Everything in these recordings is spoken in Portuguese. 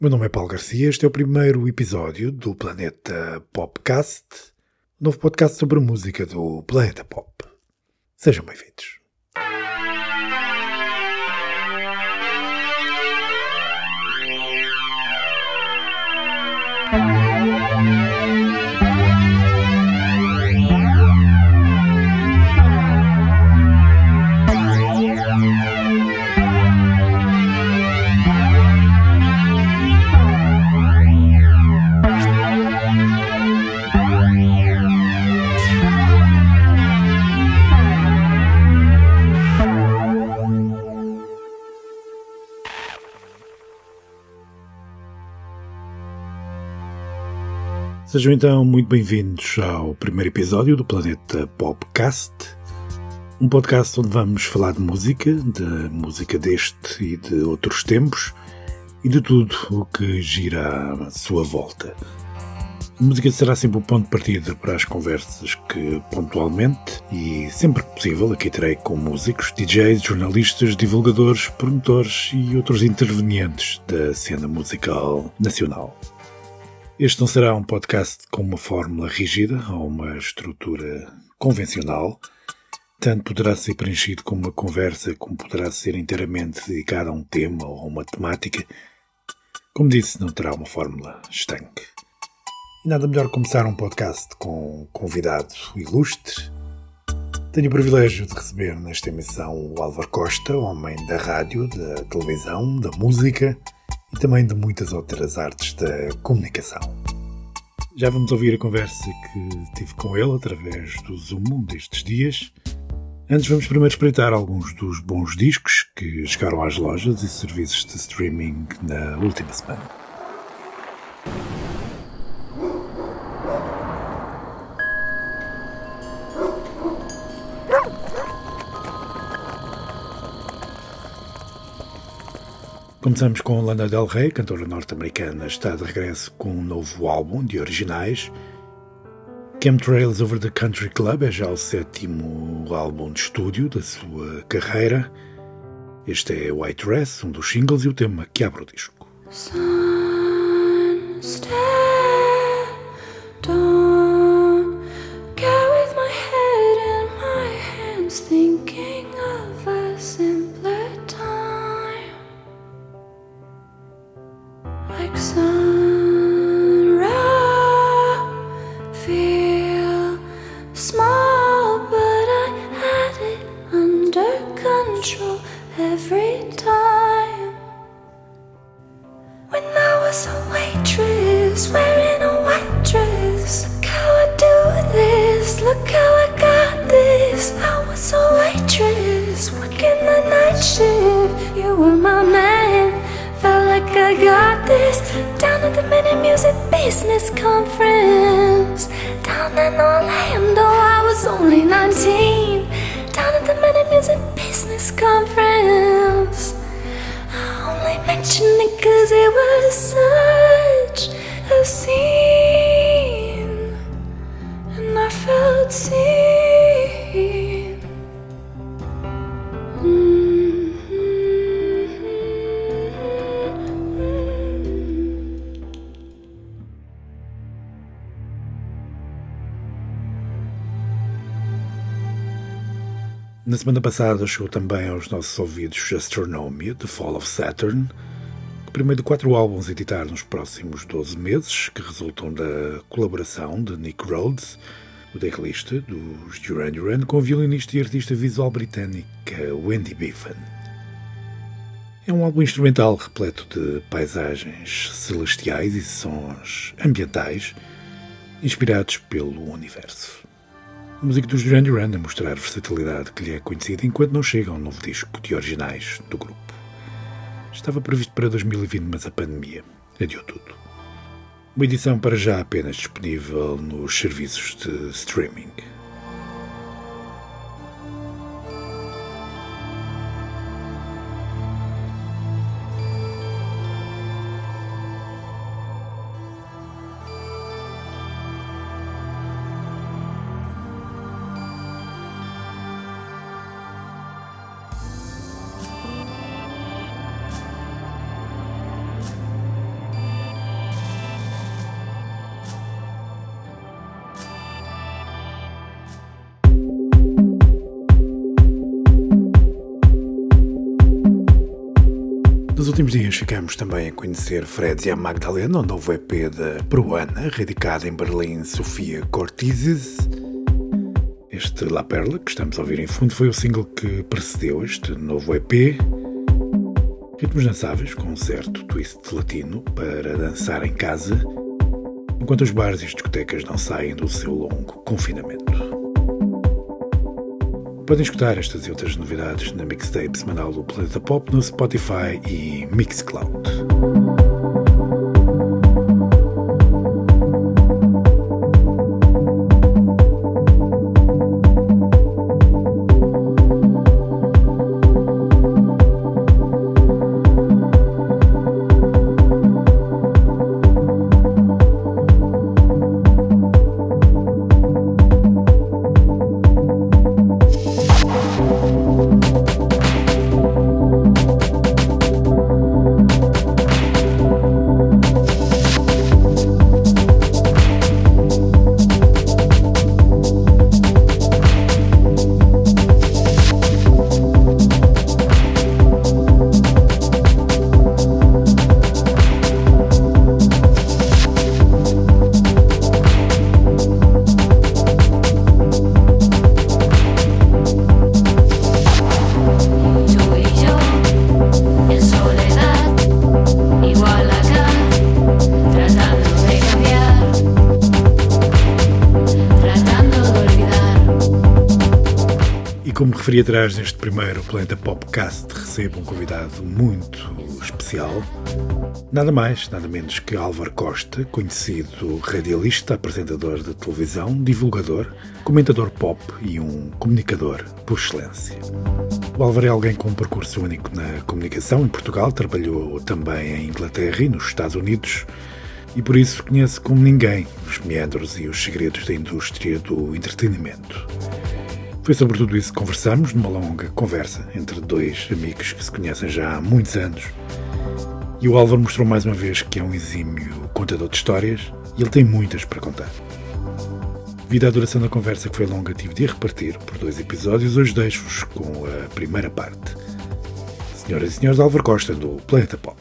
Meu nome é Paulo Garcia, este é o primeiro episódio do Planeta Popcast, novo podcast sobre a música do Planeta Pop. Sejam bem-vindos. Sejam então muito bem-vindos ao primeiro episódio do Planeta Popcast, um podcast onde vamos falar de música deste e de outros tempos e de tudo o que gira à sua volta. A música será sempre o ponto de partida para as conversas que, pontualmente e sempre que possível, aqui terei com músicos, DJs, jornalistas, divulgadores, promotores e outros intervenientes da cena musical nacional. Este não será um podcast com uma fórmula rígida ou uma estrutura convencional. Tanto poderá ser preenchido com uma conversa, como poderá ser inteiramente dedicado a um tema ou a uma temática. Como disse, não terá uma fórmula estanque. E nada melhor começar um podcast com um convidado ilustre. Tenho o privilégio de receber nesta emissão o Álvaro Costa, homem da rádio, da televisão, da música e também de muitas outras artes da comunicação. Já vamos ouvir a conversa que tive com ele através do Zoom destes dias. Antes vamos primeiro espreitar alguns dos bons discos que chegaram às lojas e serviços de streaming na última semana. Começamos com Lana Del Rey, cantora norte-americana, está de regresso com um novo álbum de originais. Chemtrails Over the Country Club é já o 7º álbum de estúdio da sua carreira. Este é White Dress, um dos singles e o tema que abre o disco. Business conference down in Orlando. I was only 19. Down at the Mini Music Business Conference. I only mention it 'cause it was such a scene, and I felt seen. Na semana passada chegou também aos nossos ouvidos Astronomia, The Fall of Saturn, o primeiro de 4 álbuns a editar nos próximos 12 meses, que resultam da colaboração de Nick Rhodes, o teclista dos Duran Duran, com a violinista e artista visual britânica Wendy Bevan. É um álbum instrumental repleto de paisagens celestiais e sons ambientais inspirados pelo universo. A música dos Duran Duran a mostrar a versatilidade que lhe é conhecida enquanto não chega a um novo disco de originais do grupo. Estava previsto para 2020, mas a pandemia adiou tudo. Uma edição para já apenas disponível nos serviços de streaming. últimos dias ficamos também a conhecer Fredzia Magdalena, o novo EP da peruana, radicada em Berlim, Sofia Cortizes. Este La Perla, que estamos a ouvir em fundo, foi o single que precedeu este novo EP. Ritmos dançáveis, com um certo twist latino para dançar em casa, enquanto os bares e as discotecas não saem do seu longo confinamento. Podem escutar estas e outras novidades na mixtape semanal do Planeta Pop no Spotify e Mixcloud. Como referi atrás neste primeiro Planeta Popcast, recebo um convidado muito especial. Nada mais, nada menos que Álvaro Costa, conhecido radialista, apresentador de televisão, divulgador, comentador pop e um comunicador por excelência. O Álvaro é alguém com um percurso único na comunicação em Portugal, trabalhou também em Inglaterra e nos Estados Unidos e por isso conhece como ninguém os meandros e os segredos da indústria do entretenimento. Foi sobre tudo isso que conversamos numa longa conversa entre dois amigos que se conhecem já há muitos anos. E o Álvaro mostrou mais uma vez que é um exímio contador de histórias e ele tem muitas para contar. Devido à duração da conversa que foi longa, tive de a repartir por 2 episódios. Hoje deixo-vos com a primeira parte. Senhoras e senhores, Álvaro Costa, do Planeta Pop.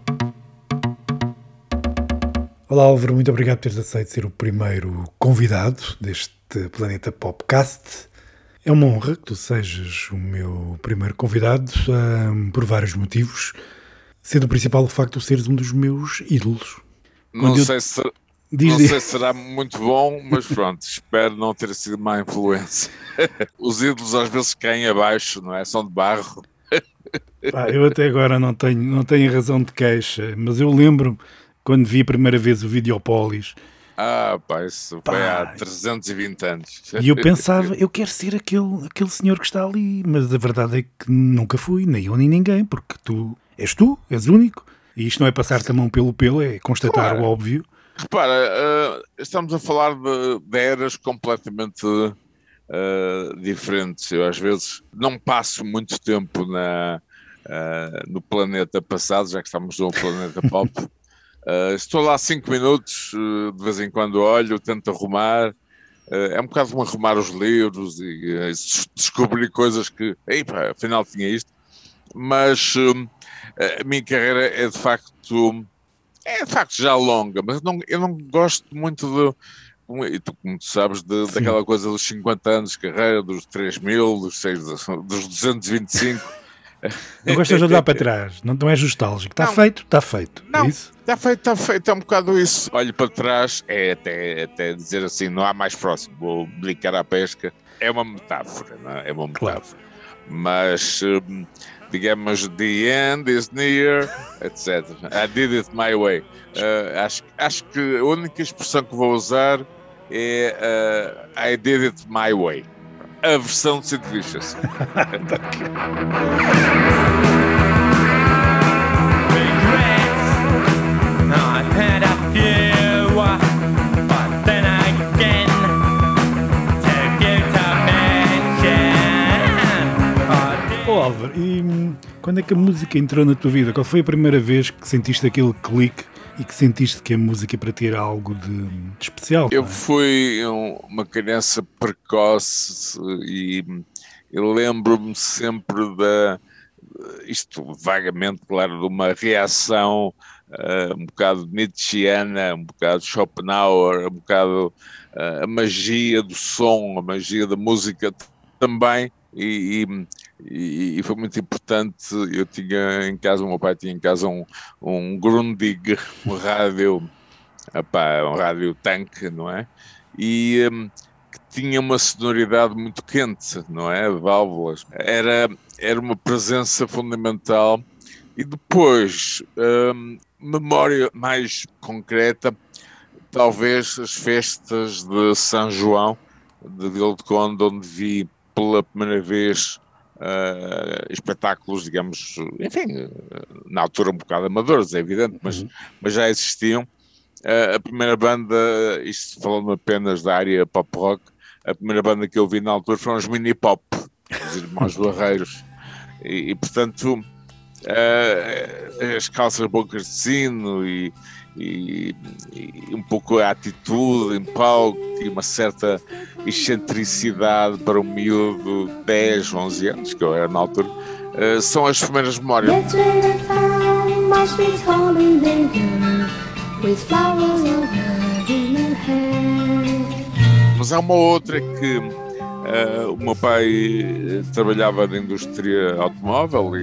Olá Álvaro, muito obrigado por teres aceito ser o primeiro convidado deste Planeta Popcast. É uma honra que tu sejas o meu primeiro convidado, por vários motivos, sendo o principal o facto de seres um dos meus ídolos. Não sei se será muito bom, mas pronto, espero não ter sido má influência. Os ídolos às vezes caem abaixo, não é? São de barro. Eu até agora não tenho razão de queixa, mas eu lembro-me quando vi a primeira vez o Videopolis. Isso foi há 320 anos. E eu pensava, eu quero ser aquele senhor que está ali, mas a verdade é que nunca fui, nem eu nem ninguém, porque tu, és único, e isto não é passar-te a mão pelo pelo, é constatar o óbvio. Repara, estamos a falar de eras completamente diferentes. Eu às vezes não passo muito tempo no planeta passado, já que estamos no planeta pop. Estou lá 5 minutos, de vez em quando olho, tento arrumar. É um bocado como arrumar os livros e descobrir coisas que, afinal tinha isto. Mas a minha carreira é de facto já longa, mas eu não gosto muito e tu, como tu sabes, daquela coisa dos 50 anos de carreira, dos 3.000, dos 225. Não gostas de olhar para trás, não és nostálgico. Está feito. Não, é isso? Está feito, é um bocado isso. Olho para trás, é até dizer assim, não há mais próximo, vou brincar à pesca. É uma metáfora, não é? É uma metáfora. Claro. Mas, digamos, the end is near, etc. I did it my way. Acho que a única expressão que vou usar é I did it my way. A versão de Sid Vicious. Álvaro, e quando é que a música entrou na tua vida? Qual foi a primeira vez que sentiste aquele clique e que sentiste que a música para ti era algo de especial? Eu fui uma criança precoce e eu lembro-me sempre isto vagamente, claro, de uma reação um bocado nietzschiana, um bocado Schopenhauer, um bocado a magia do som, a magia da música também, e foi muito importante. Eu tinha em casa, o meu pai tinha em casa um Grundig, um rádio, um rádio tanque, não é? E que tinha uma sonoridade muito quente, não é? Válvulas. Era uma presença fundamental. E depois, memória mais concreta, talvez as festas de São João, de Vila de Conde, onde vi pela primeira vez espetáculos, digamos, enfim, na altura um bocado amadores, é evidente, mas já existiam. A primeira banda, isto falando apenas da área pop rock, a primeira banda que eu vi na altura foram os Mini Pop, os Irmãos Barreiros, e portanto as calças bocas de sino e um pouco a atitude em palco e uma certa excentricidade para um miúdo de 10, 11 anos, que eu era na altura, são as primeiras memórias. Mas há uma outra que o meu pai trabalhava na indústria automóvel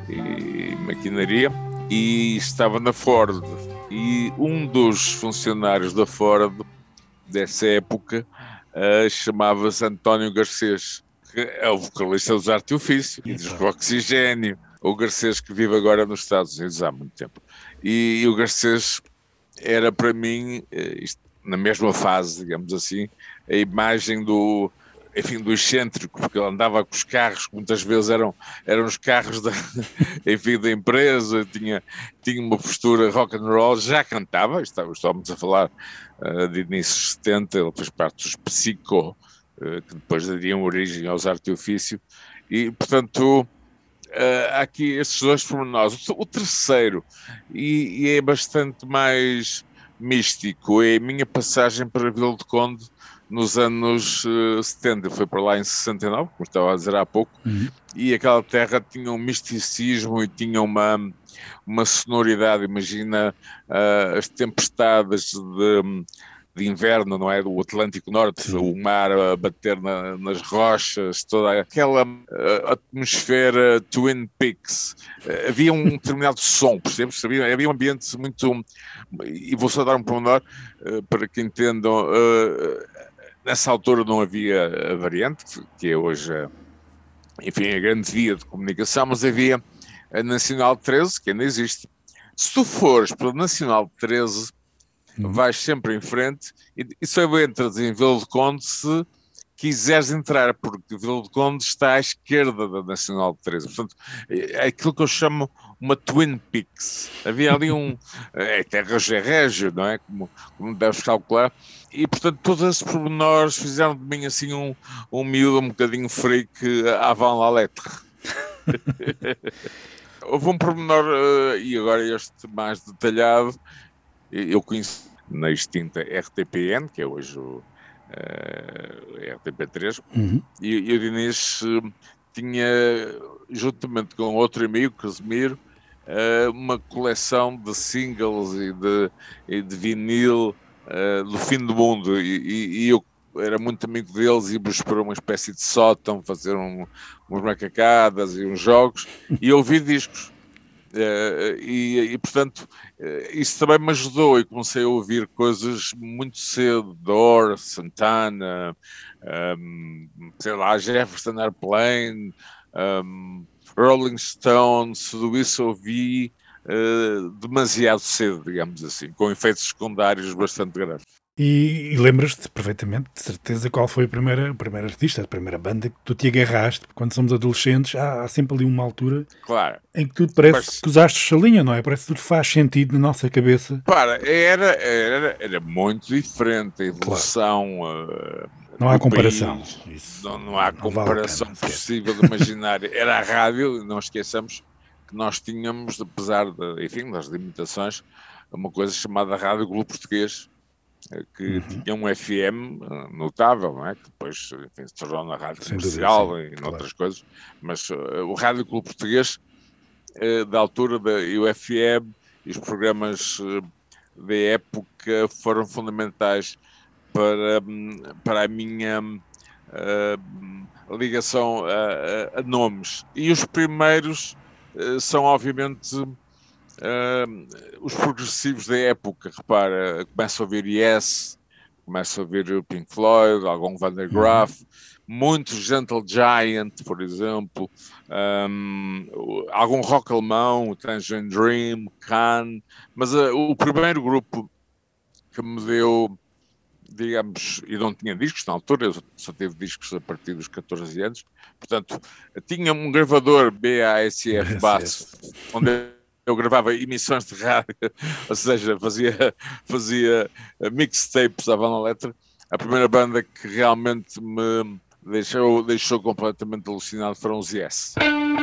e maquinaria e estava na Ford, e um dos funcionários da Ford dessa época chamava-se António Garcês, que é o vocalista dos Arte e Ofício e dos Oxigênio, o Garcês que vive agora nos Estados Unidos há muito tempo. E o Garcês era para mim, na mesma fase, digamos assim, a imagem do excêntrico, porque ele andava com os carros que muitas vezes eram os carros da empresa, tinha uma postura rock and roll, já cantava, estávamos a falar de inícios 70, ele fez parte dos Psico, que depois dariam origem aos Arte e Ofício, e portanto há aqui esses dois pormenores. O terceiro, e é bastante mais místico, é a minha passagem para Vila de Conde nos anos 70, foi para lá em 69, como estava a dizer há pouco, e aquela terra tinha um misticismo e tinha uma sonoridade. Imagina as tempestades de inverno, não é? Do Atlântico Norte, sim, o mar a bater nas rochas, toda aquela atmosfera Twin Peaks. Havia um determinado som, percebes? Havia um ambiente muito... E vou só dar um pormenor para que entendam. Nessa altura não havia a variante, que é hoje, enfim, a grande via de comunicação, mas havia a Nacional 13, que ainda existe. Se tu fores pela Nacional 13, vais sempre em frente e só entras em Vila de Conde se quiseres entrar, porque Vila de Conde está à esquerda da Nacional 13. Portanto, é aquilo que eu chamo uma Twin Peaks. Havia ali terra régio, não é? Como deves calcular. E, portanto, todos esses pormenores fizeram de mim assim um miúdo um bocadinho freak avant la lettre. Houve um pormenor, e agora este mais detalhado, eu conheci na extinta RTPN, que é hoje o RTP3, e o Dinis tinha, juntamente com outro amigo, Casimiro, uma coleção de singles e de vinil do fim do mundo, e eu era muito amigo deles, íamos para uma espécie de sótão fazer umas macacadas e uns jogos e ouvir discos. E portanto isso também me ajudou e comecei a ouvir coisas muito cedo, Doors, Santana, sei lá, Jefferson Airplane, Rolling Stones, tudo isso ouvi demasiado cedo, digamos assim, com efeitos secundários bastante graves. E lembras-te perfeitamente, de certeza, qual foi o primeiro artista, a primeira banda que tu te agarraste? Porque quando somos adolescentes há sempre ali uma altura, claro, em que tudo parece que usaste a linha, não é? Parece que tudo faz sentido na nossa cabeça. Era muito diferente a evolução. Claro. Não há comparação. Não há comparação possível de imaginar. Era a rádio, não esqueçamos que nós tínhamos, apesar das limitações, uma coisa chamada Rádio Globo Português, que tinha um FM notável, não é? Que depois, enfim, se tornou na rádio comercial e noutras coisas, mas o Rádio Clube Português da altura da UFM e os programas da época foram fundamentais para a minha ligação a nomes. E os primeiros são, obviamente, os progressivos da época. Repara, começo a ouvir Yes, começo a ouvir o Pink Floyd, algum Van der Graaf, muito Gentle Giant, por exemplo, algum rock alemão, o Tangerine Dream, Can, mas o primeiro grupo que me deu, digamos, e não tinha discos na altura, eu só tive discos a partir dos 14 anos, portanto, tinha um gravador BASF Basso, onde eu gravava emissões de rádio, ou seja, fazia mixtapes à banda letra. A primeira banda que realmente me deixou completamente alucinado foram os Yes.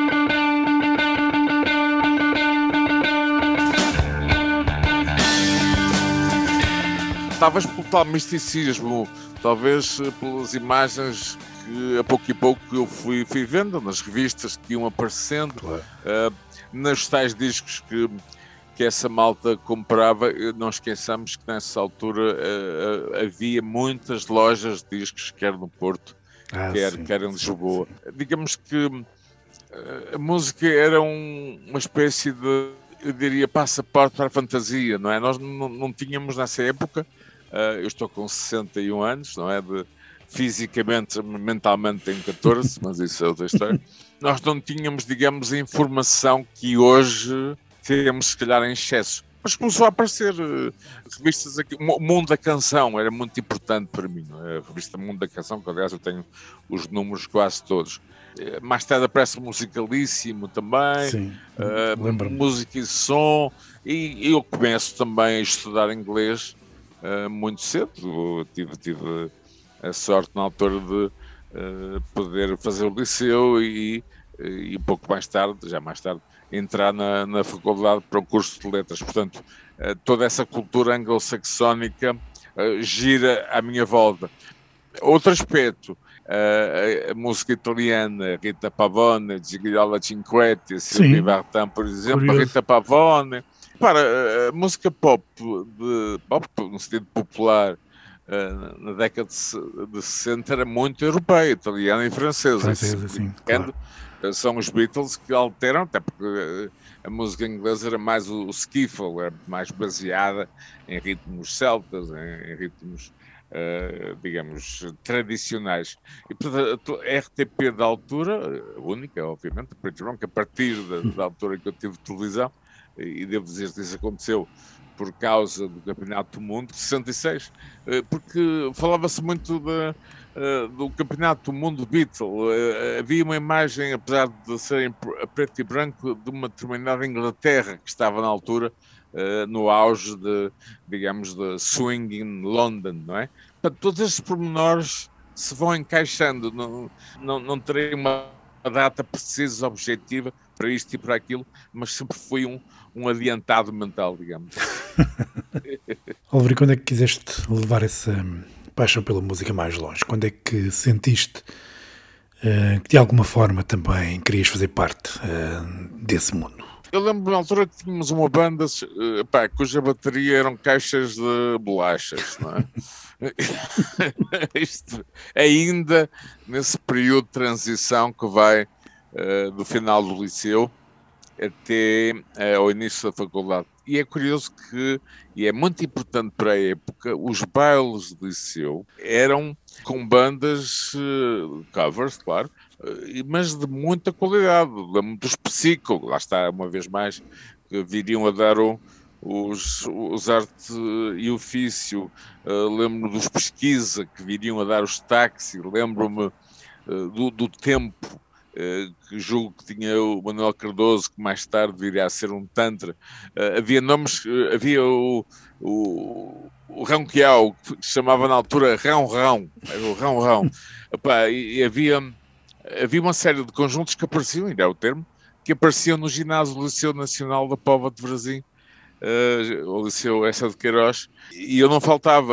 Talvez pelo tal misticismo, talvez pelas imagens que a pouco e pouco eu fui vendo nas revistas que iam aparecendo, claro. Nos tais discos que essa malta comprava. Não esqueçamos que nessa altura havia muitas lojas de discos, quer no Porto, quer em Lisboa. Sim. Digamos que a música era uma espécie de, eu diria, passaporte para a fantasia, não é? Nós não tínhamos nessa época, eu estou com 61 anos, não é? Fisicamente, mentalmente tenho 14, mas isso é outra história. Nós não tínhamos, digamos, a informação que hoje temos, se calhar, em excesso. Mas começou a aparecer revistas aqui. O Mundo da Canção era muito importante para mim. Não é? A revista Mundo da Canção, que aliás eu tenho os números quase todos. Mais tarde aparece Musicalíssimo também. Sim, música e som. E eu começo também a estudar inglês muito cedo. Tive a sorte na altura de poder fazer o liceu e um pouco mais tarde, entrar na faculdade para o curso de letras. Portanto, toda essa cultura anglo-saxónica gira à minha volta. Outro aspecto, a música italiana, Rita Pavone, Gigliola Cinquetti, Silvia Vartan, por exemplo, curioso. Rita Pavone. Para a música pop no sentido popular, na década de 60 era muito europeia, italiana e francesa. Sim, claro. São os Beatles que alteram, até porque a música inglesa era mais o skiffle, era mais baseada em ritmos celtas, em ritmos, digamos, tradicionais. E, portanto, a RTP da altura, a única, obviamente, a partir da altura que eu tive televisão, e devo dizer que isso aconteceu por causa do Campeonato do Mundo de 66, porque falava-se muito do Campeonato do Mundo Beatle. Havia uma imagem, apesar de serem a preto e branco, de uma determinada Inglaterra que estava na altura no auge de swing in London, não é? Portanto, todos estes pormenores se vão encaixando, não terei uma data precisa, objetiva para isto e para aquilo, mas sempre foi um adiantado mental, digamos. Oliver, quando é que quiseste levar essa paixão pela música mais longe? Quando é que sentiste que de alguma forma também querias fazer parte desse mundo? Eu lembro na altura que tínhamos uma banda cuja bateria eram caixas de bolachas, não é? Isto ainda nesse período de transição que vai do final do liceu até ao início da faculdade. E é curioso e é muito importante para a época, os bailes do liceu eram com bandas covers, claro, mas de muita qualidade, dos Psico, lá está, uma vez mais, que viriam a dar os Arte e Ofício, lembro-me dos Pesquisa, que viriam a dar os Táxi, lembro-me do Tempo, que julgo que tinha o Manuel Cardoso, que mais tarde viria a ser um Tantra. Havia nomes, havia o Rão Quiau, que se chamava na altura Rão, era o Rão. E havia uma série de conjuntos que apareciam, ainda é o termo, que apareciam no ginásio do Liceu Nacional da Póvoa de Varzim, o Liceu Essa de Queiroz, e eu não faltava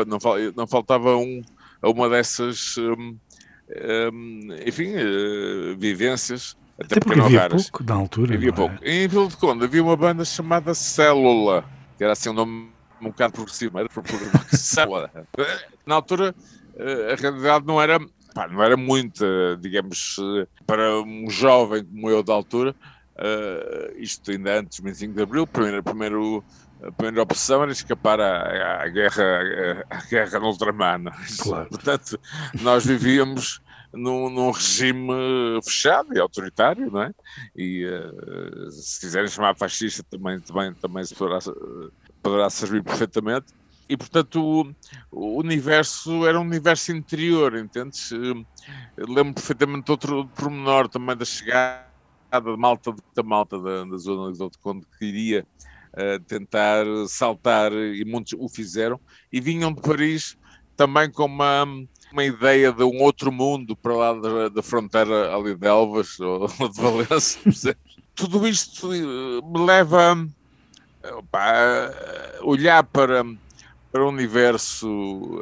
a uma dessas vivências Até porque havia pouco na altura. Havia pouco. Em Vila de Conde havia uma banda chamada Célula, que era assim um nome um bocado progressivo, era Célula. Na altura, a realidade não era muita, digamos, para um jovem como eu da altura, isto ainda antes do 25 de Abril, a primeira opção era escapar à guerra no ultramar. Claro. Portanto, nós vivíamos num regime fechado e autoritário, não é? E se quiserem chamar fascista também se poderá servir perfeitamente. E, portanto, o universo era um universo interior, entendes? Lembro perfeitamente outro pormenor também da chegada da malta da zona de Conde que iria tentar saltar, e muitos o fizeram, e vinham de Paris também com uma ideia de um outro mundo para lá da fronteira ali de Elvas ou de Valença. Tudo isto me leva a olhar para o universo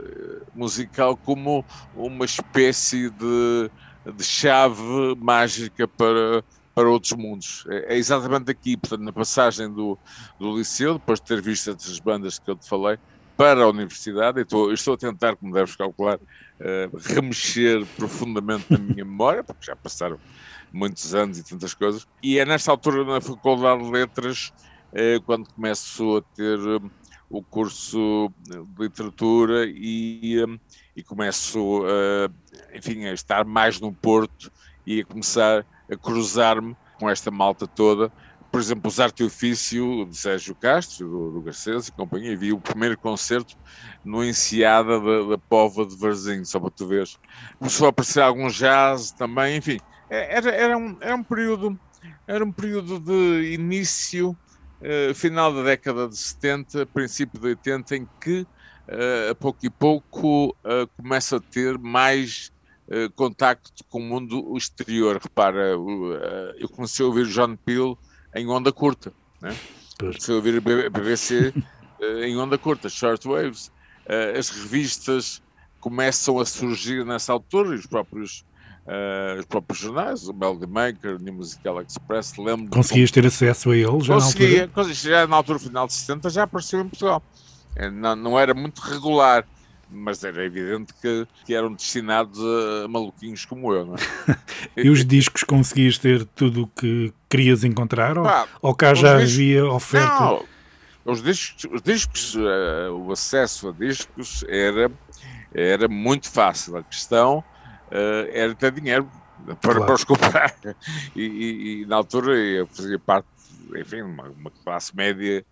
musical como uma espécie de chave mágica para outros mundos. É exatamente aqui, portanto, na passagem do liceu, depois de ter visto essas bandas que eu te falei, para a universidade. Eu estou a tentar, como deves calcular, remexer profundamente na minha memória, porque já passaram muitos anos e tantas coisas. E é nesta altura, na Faculdade de Letras, quando começo a ter o curso de literatura e começo enfim, a estar mais no Porto e a começar a cruzar-me com esta malta toda. Por exemplo, os Arte e Ofício de Sérgio Castro, do Garcês e companhia, e vi o primeiro concerto no Enseada da Póvoa de Varzim, só para tu veres. Começou a aparecer algum jazz também, enfim, era um período de início, final da década de 70, princípio de 80, em que a pouco e pouco começa a ter mais contacto com o mundo exterior. Repara, eu comecei a ouvir John Peel em onda curta, né? Comecei a ouvir a BBC em onda curta, shortwaves. As revistas começam a surgir nessa altura, e os próprios jornais, o Melody Maker, New Musical Express. Conseguias ter acesso a ele já na altura? Já na altura, final de 70, já apareceu em Portugal. Não era muito regular, mas era evidente que eram destinados a maluquinhos como eu, não é? E os discos conseguias ter tudo o que querias encontrar? Ou cá já havia oferta? Não, os discos, o acesso a discos era muito fácil. A questão era ter dinheiro para os comprar. E na altura eu fazia parte, enfim, uma classe média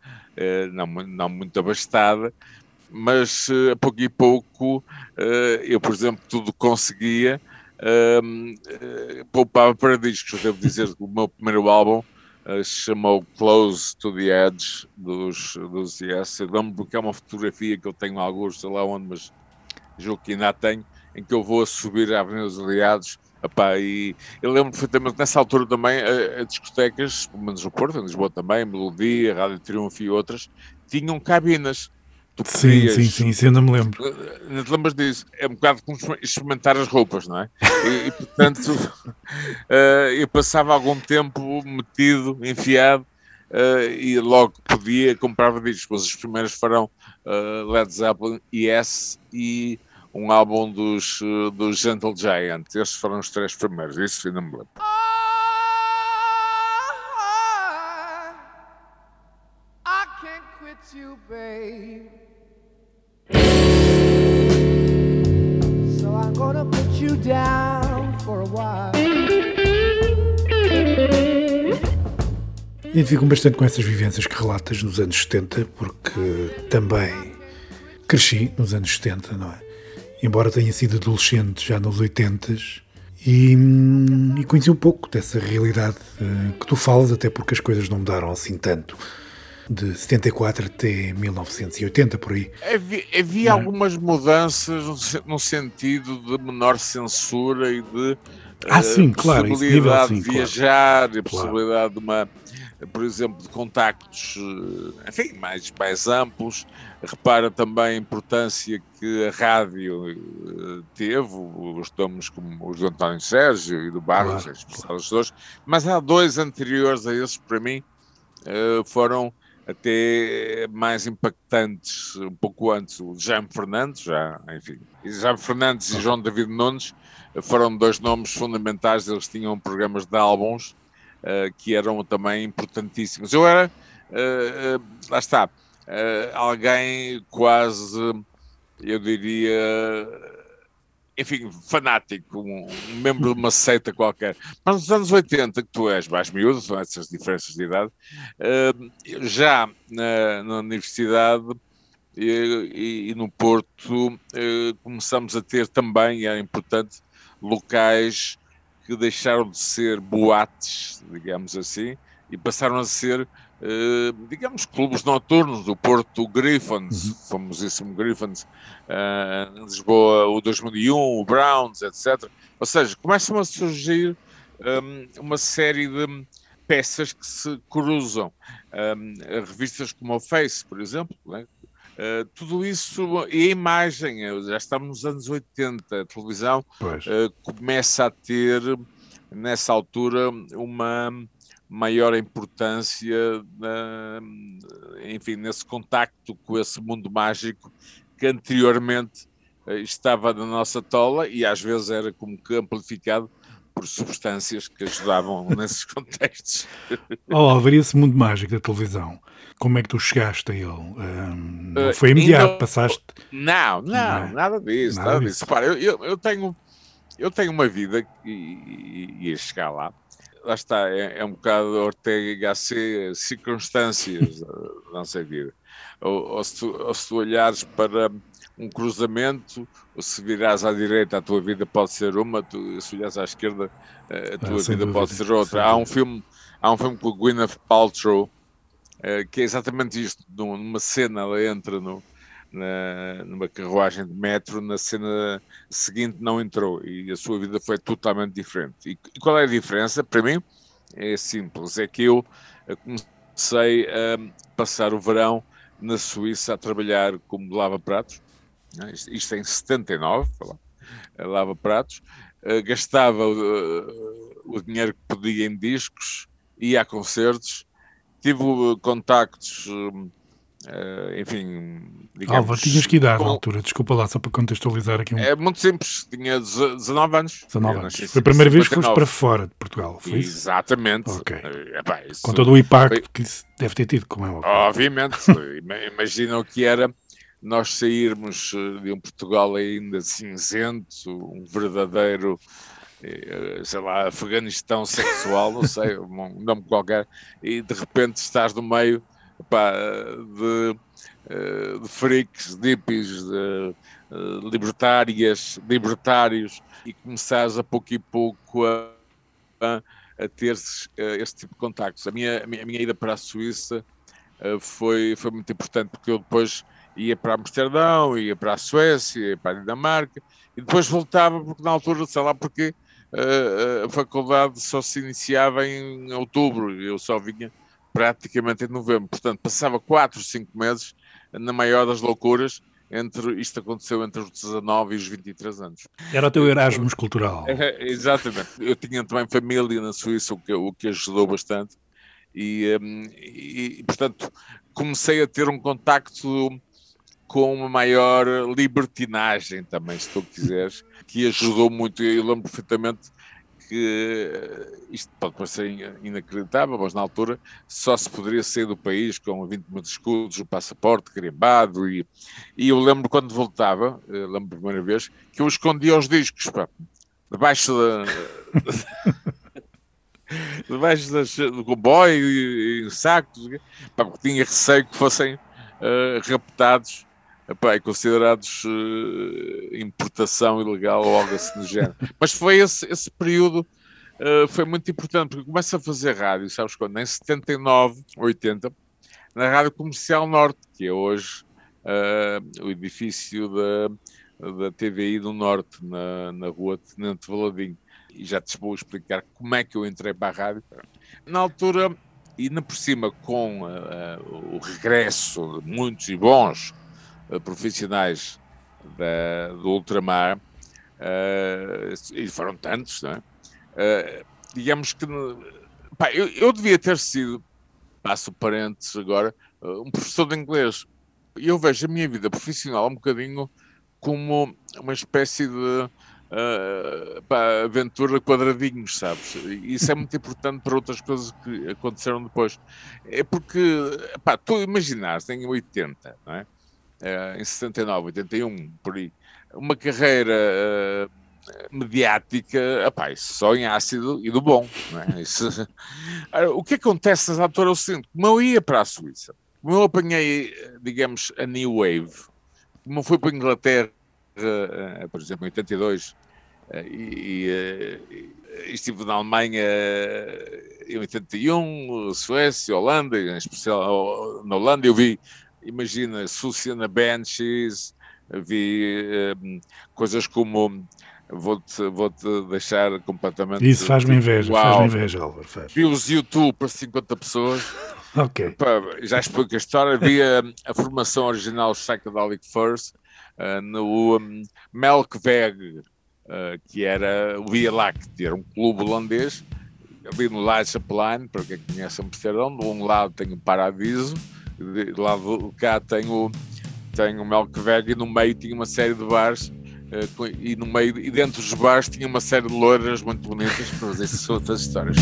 não muito abastada, mas a pouco e pouco eu, por exemplo, tudo conseguia, poupava para discos. Devo dizer que o meu primeiro álbum se chamou Close to the Edge dos Yes. Eu lembro que é uma fotografia que eu tenho alguns, sei lá onde, mas julgo que ainda a tenho, em que eu vou a subir a Avenida dos Aliados. E eu lembro perfeitamente que nessa altura também as discotecas, pelo menos no Porto, em Lisboa também, Melodia, Rádio Triunfo e outras, tinham cabinas. Sim, isso eu não me lembro. Não te lembras disso? É um bocado como experimentar as roupas, não é? E portanto, eu passava algum tempo metido, enfiado, e logo podia, comprava discos. Mas os primeiros foram Led Zeppelin, Yes e um álbum dos Gentle Giant. Estes foram os 3 primeiros, isso ainda me lembro. I can't quit you, babe. So I'm gonna put you down for a while. Identifico-me bastante com essas vivências que relatas nos anos 70, porque também cresci nos anos 70, não é? Embora tenha sido adolescente já nos 80s, e conheci um pouco dessa realidade que tu falas, até porque as coisas não mudaram assim tanto, de 74 até 1980, por aí. Havia algumas mudanças no sentido de menor censura e de sim, claro, possibilidade sim, de viajar, claro. a possibilidade por exemplo, de contactos, enfim, mais amplos. Repara também a importância que a rádio teve, os nomes como os do António Sérgio e do Barros, claro. Mas há dois anteriores a esses, para mim, foram até mais impactantes, um pouco antes. O Jaime Fernandes, Jaime Fernandes e João David Nunes foram dois nomes fundamentais. Eles tinham programas de álbuns que eram também importantíssimos. Eu era, lá está, alguém quase, eu diria, enfim, fanático, um membro de uma seita qualquer. Mas nos anos 80, que tu és mais miúdo, são essas diferenças de idade, já na universidade e no Porto começamos a ter também, e era importante, locais que deixaram de ser boates, digamos assim, e passaram a ser, digamos, clubes noturnos. Do Porto, o Griffons, famosíssimo Griffons, em Lisboa, o 2001, o Browns, etc. Ou seja, começam a surgir uma série de peças que se cruzam. Revistas como o Face, por exemplo, né? Tudo isso, e a imagem, já estamos nos anos 80, a televisão começa a ter, nessa altura, uma maior importância, enfim, nesse contacto com esse mundo mágico que anteriormente estava na nossa tola e às vezes era como que amplificado por substâncias que ajudavam nesses contextos. Haveria esse mundo mágico da televisão. Como é que tu chegaste a ele? Não foi imediato, passaste... Não, nada disso. Repara, eu tenho uma vida e ia chegar lá. Lá está, é um bocado Ortega y Gasset, circunstâncias da nossa vida. Ou se tu olhares para um cruzamento, ou se virares à direita, a tua vida pode ser uma, se olhares à esquerda, a tua vida pode ser outra. Há um filme com o Gwyneth Paltrow, que é exatamente isto. Numa cena, ela entra numa carruagem de metro, na cena seguinte não entrou e a sua vida foi totalmente diferente. E qual é a diferença? Para mim é simples, é que eu comecei a passar o verão na Suíça a trabalhar como lava-pratos, isto em 79, lava-pratos, gastava o dinheiro que podia em discos, ia a concertos, tive contactos... enfim, digamos... tinhas que idade na altura, desculpa lá, só para contextualizar aqui É muito simples, tinha 19 anos. 19 anos. Foi a primeira vez que foste para fora de Portugal, foi isso? Exatamente. Okay. Com todo o impacto que isso deve ter tido, como é óbvio. Obviamente. Imagina o que era nós sairmos de um Portugal ainda cinzento, um verdadeiro... sei lá, Afeganistão sexual, não sei, um nome qualquer, e de repente estás no meio de freaks, de hippies, de libertários, e começares a pouco e pouco a ter esse tipo de contactos. A minha ida para a Suíça foi muito importante, porque eu depois ia para Amsterdão, ia para a Suécia, ia para a Dinamarca, e depois voltava, porque na altura, sei lá porque, a faculdade só se iniciava em outubro, e eu só vinha praticamente em novembro. Portanto, passava 4, 5 meses na maior das loucuras. Isto aconteceu entre os 19 e os 23 anos. Era o teu Erasmus cultural. Exatamente. Eu tinha também família na Suíça, o que ajudou bastante. E, portanto, comecei a ter um contacto com uma maior libertinagem também, se tu quiseres, que ajudou muito. Eu lembro perfeitamente que isto pode parecer inacreditável, mas na altura só se poderia sair do país com 20 mil escudos, o passaporte carimbado, e eu lembro quando voltava, lembro a primeira vez, que eu escondia os discos, debaixo do comboio e em sacos, porque tinha receio que fossem raptados e considerados importação ilegal ou algo assim do género. Mas foi esse período, foi muito importante, porque começa a fazer rádio, sabes quando? Em 79, 80, na Rádio Comercial Norte, que é hoje o edifício da TVI do Norte, na rua Tenente Valadim. E já te vou explicar como é que eu entrei para a rádio. Na altura, e ainda por cima com o regresso de muitos e bons profissionais do ultramar, e foram tantos, não é? Digamos que eu devia ter sido, passo parênteses agora, um professor de inglês. E eu vejo a minha vida profissional um bocadinho como uma espécie de aventura quadradinhos, sabes? E isso é muito importante para outras coisas que aconteceram depois. É porque, tu imaginaste em 80, não é? Em 79, 81, por aí, uma carreira mediática, isso só em ácido e do bom, não é? Isso... O que acontece nas alturas é o seguinte: como eu ia para a Suíça, como eu apanhei, digamos, a New Wave, como eu fui para a Inglaterra, por exemplo, em 82, e estive na Alemanha em 81, Suécia, Holanda, em especial na Holanda eu vi, imagina, Suicide Banshees, vi coisas como... Vou-te deixar completamente... Isso faz-me inveja, Álvaro. Vi os YouTube para 50 pessoas. Ok. Já explico a história. Vi a formação original Psychedelic First no Melkweg, que era o Via Láctea, era um clube holandês, ali no Leidseplein, para quem conhece Amsterdão. De um lado tem o Paradiso, do lado de cá tem o Melkweg, e no meio tinha uma série de bares. E no meio e dentro dos bares tinha uma série de loiras muito bonitas, mas essas são outras histórias.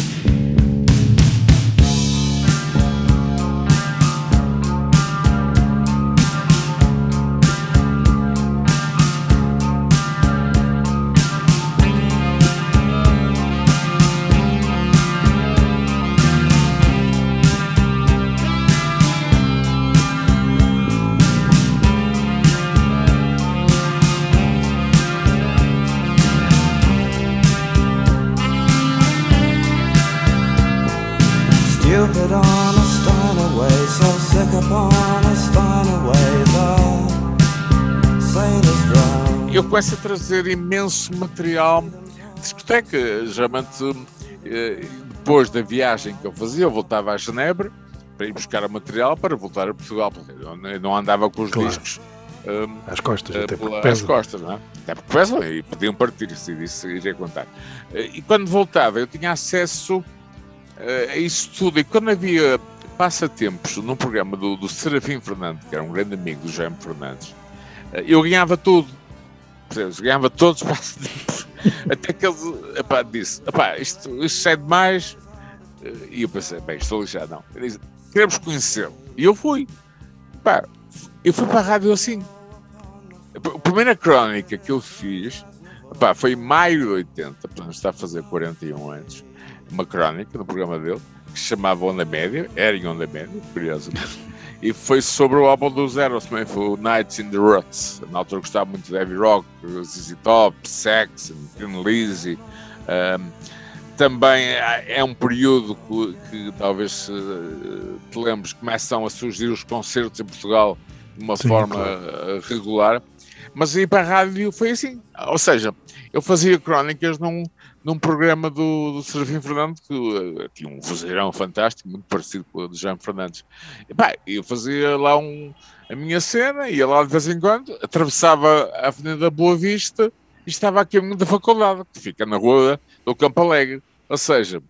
Stupid on a Steinway, so sick upon a Steinway, the sailor's drown. Eu começo a trazer imenso material de discoteca. Geralmente, depois da viagem que eu fazia, eu voltava a Genebra para ir buscar o material para voltar a Portugal. Eu não andava com os discos às costas, até porque às costas, não é? Até porque pesam e podiam partir, se disse, iria contar. E quando voltava, eu tinha acesso a isso tudo. E quando havia passatempos num programa do Serafim Fernandes, que era um grande amigo do Jaime Fernandes, eu ganhava tudo. Ganhava todos os passatempos. Até que ele disse: isto é demais. E eu pensei: estou lixado, não. Ele disse: queremos conhecê-lo. E eu fui. Eu fui para a rádio assim. A primeira crónica que eu fiz foi em maio de 80, portanto está a fazer 41 anos. Uma crónica no programa dele, que se chamava Onda Média, era em Onda Média, curiosamente, e foi sobre o álbum do Zero, também foi o Nights in the Ruts. Na altura gostava muito de heavy rock, ZZ Top, Saxon, Thin Lizzy. Também é um período que talvez te lembres, começam a surgir os concertos em Portugal de uma forma regular, mas ir para a rádio foi assim, ou seja, eu fazia crónicas num programa do Serafim Fernandes, que tinha um vozeirão fantástico, muito parecido com o do Jaime Fernandes. Eu fazia lá a minha cena, ia lá de vez em quando, atravessava a Avenida Boa Vista e estava aqui a caminho da faculdade, que fica na rua do Campo Alegre. Ou seja,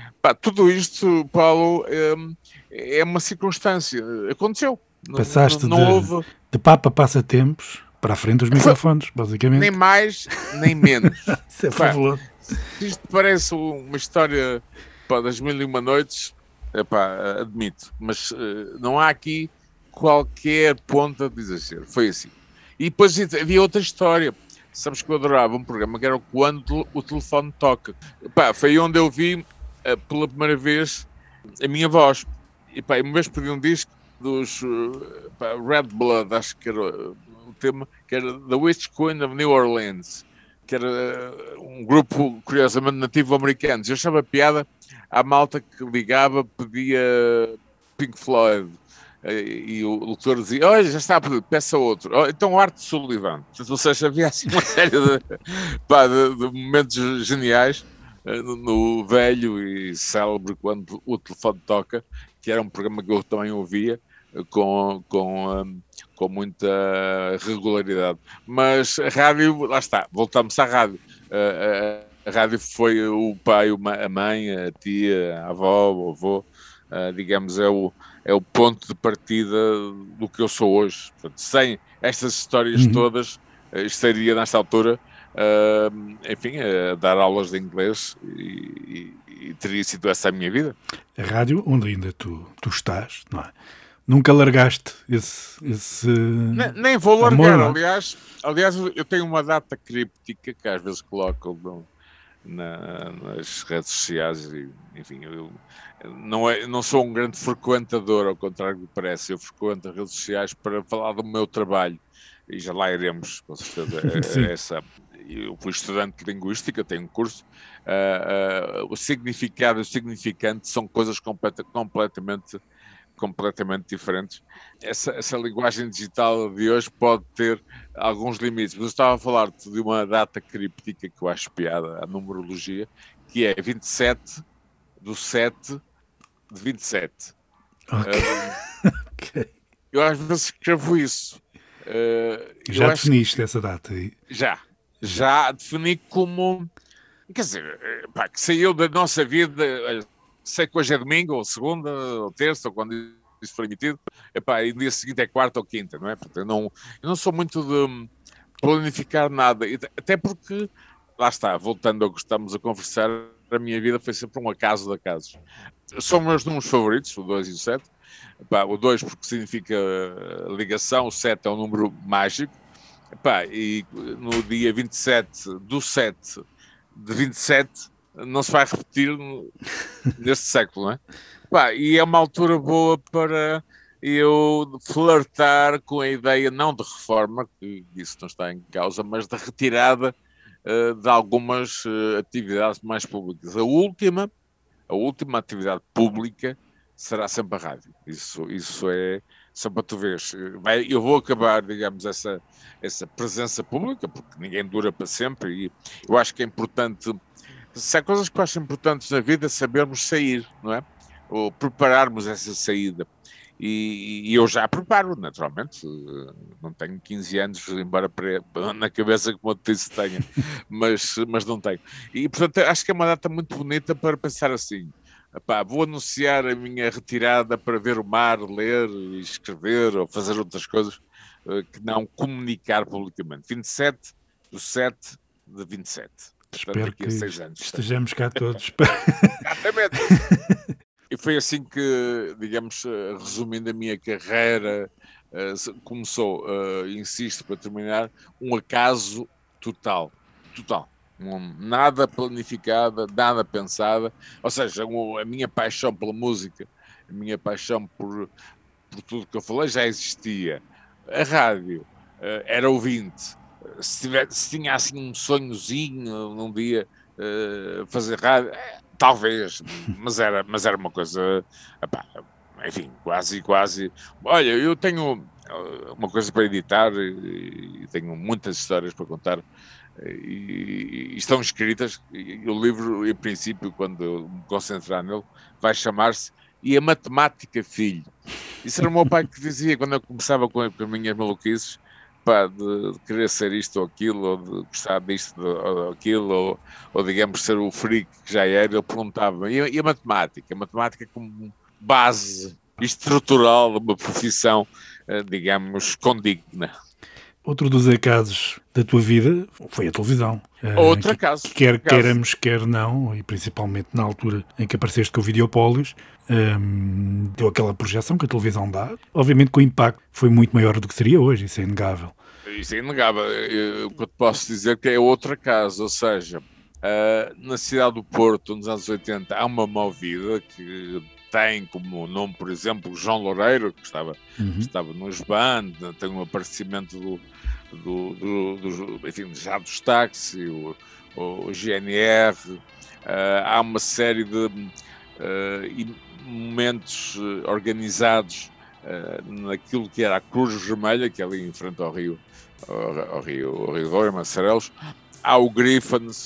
tudo isto, Paulo, é uma circunstância. Aconteceu. Passaste não houve... de papa passatempos para a frente dos microfones, basicamente. Nem mais, nem menos. Isso é fabuloso. Isto parece uma história das 1001 noites, admito, mas não há aqui qualquer ponta de exagero. Foi assim. E depois havia outra história. Sabes que eu adorava um programa que era Quando o Telefone Toca. Foi onde eu vi pela primeira vez a minha voz. E uma vez pedi um disco dos Red Blood, acho que era o tema, que era The Witch Queen of New Orleans, que era um grupo, curiosamente, nativo-americano. Eu achava piada à malta que ligava, pedia Pink Floyd, e o locutor dizia: olha, já está a pedir, peça outro. Então Art Sullivan. Ou seja, havia assim uma série de momentos geniais. no velho e célebre Quando o Telefone Toca, que era um programa que eu também ouvia com muita regularidade. Mas a rádio, lá está, voltamos à rádio. A rádio foi o pai, a mãe, a tia, a avó, o avô, digamos, é o ponto de partida do que eu sou hoje. Portanto, sem estas histórias todas, estaria nesta altura, enfim, a dar aulas de inglês e teria sido essa a minha vida. A rádio, onde ainda tu estás, não é? Nunca largaste esse nem vou largar, amor, aliás, eu tenho uma data críptica que às vezes coloco nas redes sociais e, enfim, eu não sou um grande frequentador, ao contrário do que parece. Eu frequento as redes sociais para falar do meu trabalho e já lá iremos, com certeza. Eu fui estudante de linguística, tenho um curso. O significado e o significante são coisas completamente diferentes. Essa linguagem digital de hoje pode ter alguns limites, mas eu estava a falar-te de uma data críptica que eu acho piada, a numerologia, que é 27 de 7 de 27. Ok. Eu às vezes escrevo isso. Já definiste essa data aí? Já defini como, quer dizer, que saiu da nossa vida. Sei que hoje é domingo, ou segunda, ou terça, ou quando isso for emitido, e no dia seguinte é quarta ou quinta, não é? Portanto, eu não sou muito de planificar nada, até porque, lá está, voltando ao que estamos a conversar, a minha vida foi sempre um acaso de acasos. São meus números favoritos, o 2 e o 7. O 2 porque significa ligação, o 7 é um número mágico. E no dia 27 do 7 de 27 não se vai repetir neste século, não é? E é uma altura boa para eu flertar com a ideia, não de reforma, que isso não está em causa, mas de retirada de algumas atividades mais públicas. A última atividade pública será sempre a rádio. Isso é só para tu veres. Eu vou acabar, digamos, essa presença pública, porque ninguém dura para sempre, e eu acho que é importante. Se há coisas que eu acho importantes na vida, sabermos sair, não é? Ou prepararmos essa saída. E eu já preparo, naturalmente. Não tenho 15 anos, embora na cabeça como eu te disse tenha, mas não tenho. E, portanto, acho que é uma data muito bonita para pensar assim. Vou anunciar a minha retirada para ver o mar, ler, escrever ou fazer outras coisas que não comunicar publicamente. 27 do 7 de 27. Espero daqui a 6 anos. Estejamos cá todos. Exatamente. E foi assim que, digamos, resumindo a minha carreira, começou, insisto para terminar, um acaso total. Nada planificada, nada pensada. Ou seja, a minha paixão pela música, a minha paixão por tudo que eu falei já existia. A rádio era ouvinte. Se tinha assim um sonhozinho num dia fazer rádio, talvez, mas era uma coisa, enfim, quase. Olha, eu tenho uma coisa para editar e tenho muitas histórias para contar e estão escritas. E o livro, em princípio, quando eu me concentrar nele, vai chamar-se E a Matemática, Filho. Isso era o meu pai que dizia quando eu começava com as minhas maluquices, de querer ser isto ou aquilo, ou de gostar disto ou aquilo, ou digamos ser o freak que já era. Ele perguntava, e a matemática? A matemática como base estrutural de uma profissão, digamos, condigna. Outro dos acasos da tua vida foi a televisão. Outro acaso. Queiramos, quer não, e principalmente na altura em que apareceste com o Videopólios, deu aquela projeção que a televisão dá. Obviamente que o impacto foi muito maior do que seria hoje, isso é inegável. Isso é inegável. O que eu te posso dizer que é outro acaso, ou seja, na cidade do Porto, nos anos 80, há uma movida que tem como nome, por exemplo, João Loureiro, que estava nos Band, tem um aparecimento enfim, já dos táxi, o GNR. Há uma série de momentos organizados naquilo que era a Cruz Vermelha, que é ali em frente ao Rio Douro, Macerelos. Há o Griffins,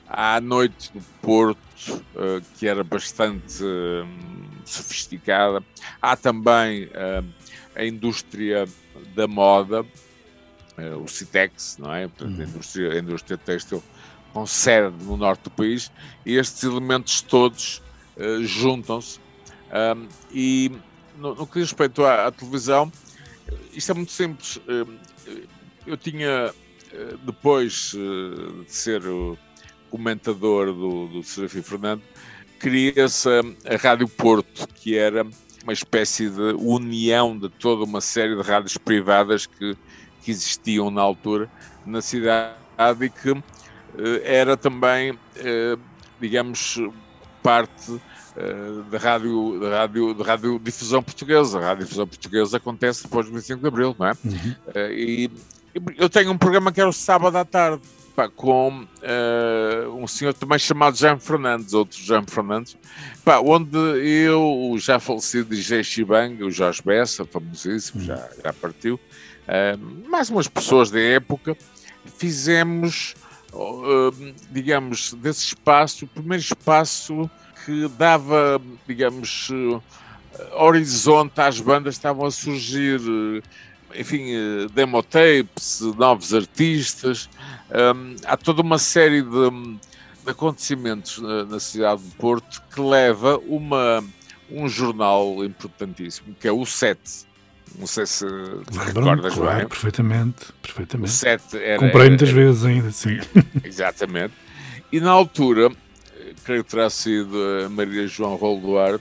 à noite do Porto, que era bastante sofisticada. Há também a indústria da moda, o Citex, não é? Portanto, a indústria têxtil com sede no norte do país, e estes elementos todos juntam-se. E no que diz respeito à televisão, isto é muito simples. Eu tinha, depois de ser o comentador do Serafim Fernando, cria-se a Rádio Porto, que era uma espécie de união de toda uma série de rádios privadas que existiam na altura na cidade, e que era também, digamos, parte da radiodifusão portuguesa. A radiodifusão portuguesa acontece depois do 25 de Abril, não é? E eu tenho um programa que era o sábado à tarde, com um senhor também chamado Jaime Fernandes, outro Jaime Fernandes, onde eu, o já falecido DJ Shibang, o Jorge Bessa, famosíssimo, já partiu, mais umas pessoas da época, fizemos, digamos, desse espaço, o primeiro espaço que dava, digamos, horizonte às bandas que estavam a surgir, enfim, demo tapes, novos artistas. Há toda uma série de acontecimentos na cidade de Porto que leva um jornal importantíssimo, que é o 7. Não sei se te recordas, claro, bem. Perfeitamente. O 7 era... Comprei muitas vezes ainda, sim. Exatamente. E na altura, creio que terá sido a Maria João Rolo Duarte,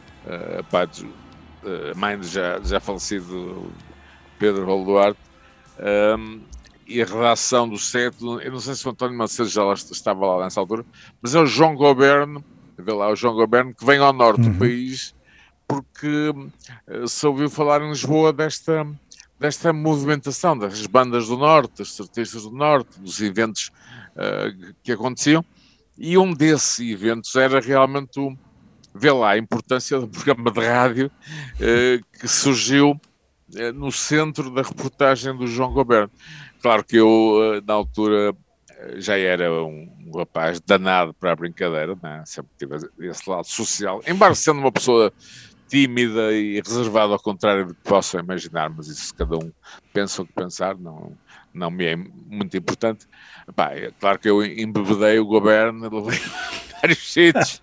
a mãe do já falecido Pedro Rolo Duarte, e a redação do 7, eu não sei se o António Macedo já estava lá nessa altura, mas é o João Goberno, vê lá, o João Goberno, que vem ao norte do país, porque se ouviu falar em Lisboa desta movimentação das bandas do norte, dos artistas do norte, dos eventos que aconteciam, e um desses eventos era realmente vê lá a importância do programa de rádio que surgiu no centro da reportagem do João Goberno. Claro que eu, na altura, já era um rapaz danado para a brincadeira, né? Sempre tive esse lado social, embora sendo uma pessoa tímida e reservada, ao contrário do que possam imaginar, mas isso cada um pensa o que pensar, não me é muito importante. É claro que eu embebedei o Goberno de vários sítios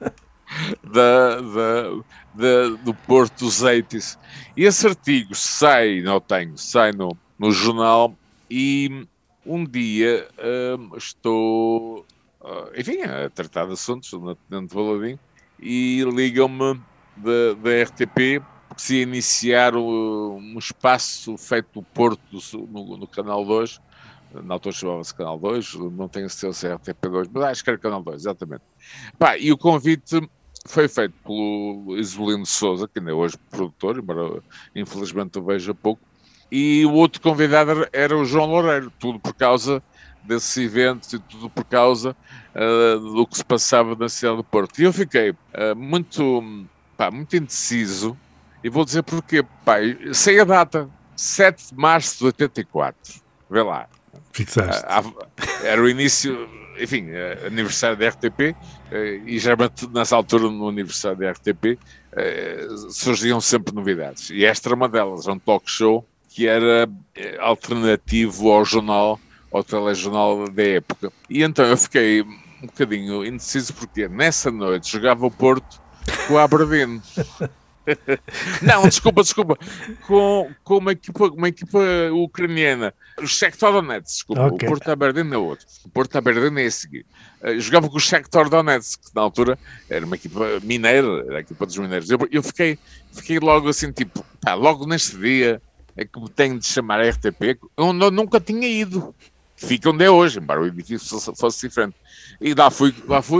do Porto dos Eitis. E esse artigo sai no jornal, e um dia estou, enfim, a tratar de assuntos dentro de Valadim, e ligam-me da RTP, que se ia iniciar um espaço feito no Porto, no Canal 2, na altura chamava-se Canal 2, não tenho certeza se é RTP2, mas acho que era Canal 2, exatamente. E o convite foi feito pelo Isolino Sousa, que ainda é hoje produtor, embora infelizmente o veja pouco, e o outro convidado era o João Loureiro, tudo por causa desses eventos e tudo por causa do que se passava na cidade do Porto. E eu fiquei muito indeciso, e vou dizer porquê. Sei a data, 7 de março de 84, vê lá. Fixaste. Era o início, enfim, aniversário da RTP, e já nessa altura, no aniversário da RTP, surgiam sempre novidades. E esta era uma delas, um talk show que era alternativo ao telejornal da época. E então eu fiquei um bocadinho indeciso, porque nessa noite jogava o Porto com o Aberdeen. Não, desculpa, com uma equipa ucraniana, o Shakhtar Donetsk, desculpa, okay. O Porto Aberdeen é outro. O Porto Aberdeen é a seguir. Jogava com o Shakhtar Donetsk, que na altura era uma equipa mineira, era a equipa dos mineiros. Eu fiquei logo assim, tipo, logo neste dia é que me tenho de chamar a RTP, onde eu nunca tinha ido. Fica onde é hoje, embora o edifício fosse diferente. E lá fui.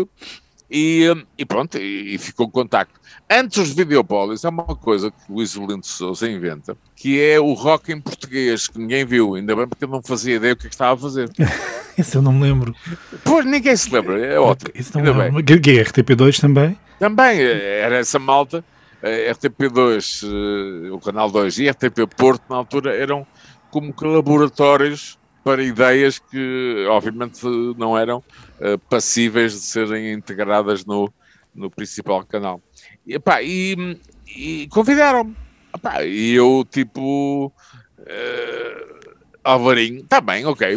E pronto, e ficou o contacto. Antes dos videopolis, há uma coisa que o Isolino de Sousa inventa, que é o rock em português, que ninguém viu, ainda bem, porque eu não fazia ideia o que estava a fazer. Isso eu não me lembro. Pois, ninguém se lembra, é ótimo. Isso não ainda bem. Que é RTP2 também? Também, era essa malta. RTP2, o Canal 2 e RTP Porto, na altura, eram como laboratórios para ideias que obviamente não eram passíveis de serem integradas no principal canal. E, epá, e convidaram-me. Epá, e eu tipo Alvarinho, está bem, ok.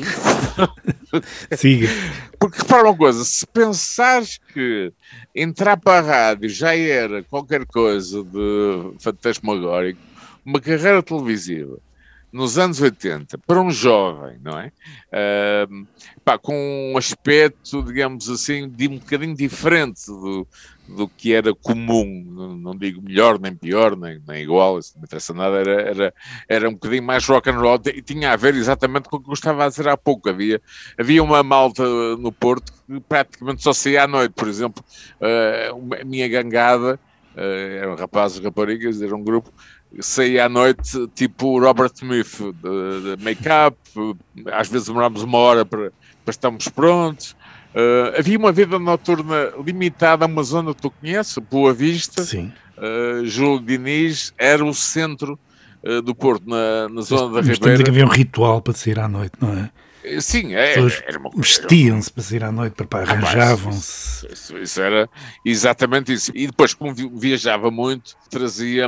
Siga. Porque repara uma coisa, se pensares que entrar para a rádio já era qualquer coisa de fantasmagórico, uma carreira televisiva nos anos 80, para um jovem, não é? Pá, com um aspecto, digamos assim, de um bocadinho diferente do que era comum, não digo melhor, nem pior, nem igual, isso não me interessa nada, era um bocadinho mais rock and roll, e tinha a ver exatamente com o que eu estava a dizer há pouco. Havia uma malta no Porto que praticamente só saía à noite, por exemplo, a minha gangada, eram rapazes e raparigas, era um grupo, saía à noite tipo Robert Smith, de make-up, às vezes demorámos uma hora para estarmos prontos. Havia uma vida noturna limitada a uma zona que tu conheces, Boa Vista. Sim. Júlio Diniz era o centro do Porto, na zona da Mas Ribeira. que havia um ritual para sair à noite, não é? Sim, era uma coisa. Vestiam-se para sair à noite, arranjavam-se. Isso era exatamente isso. E depois, como viajava muito, trazia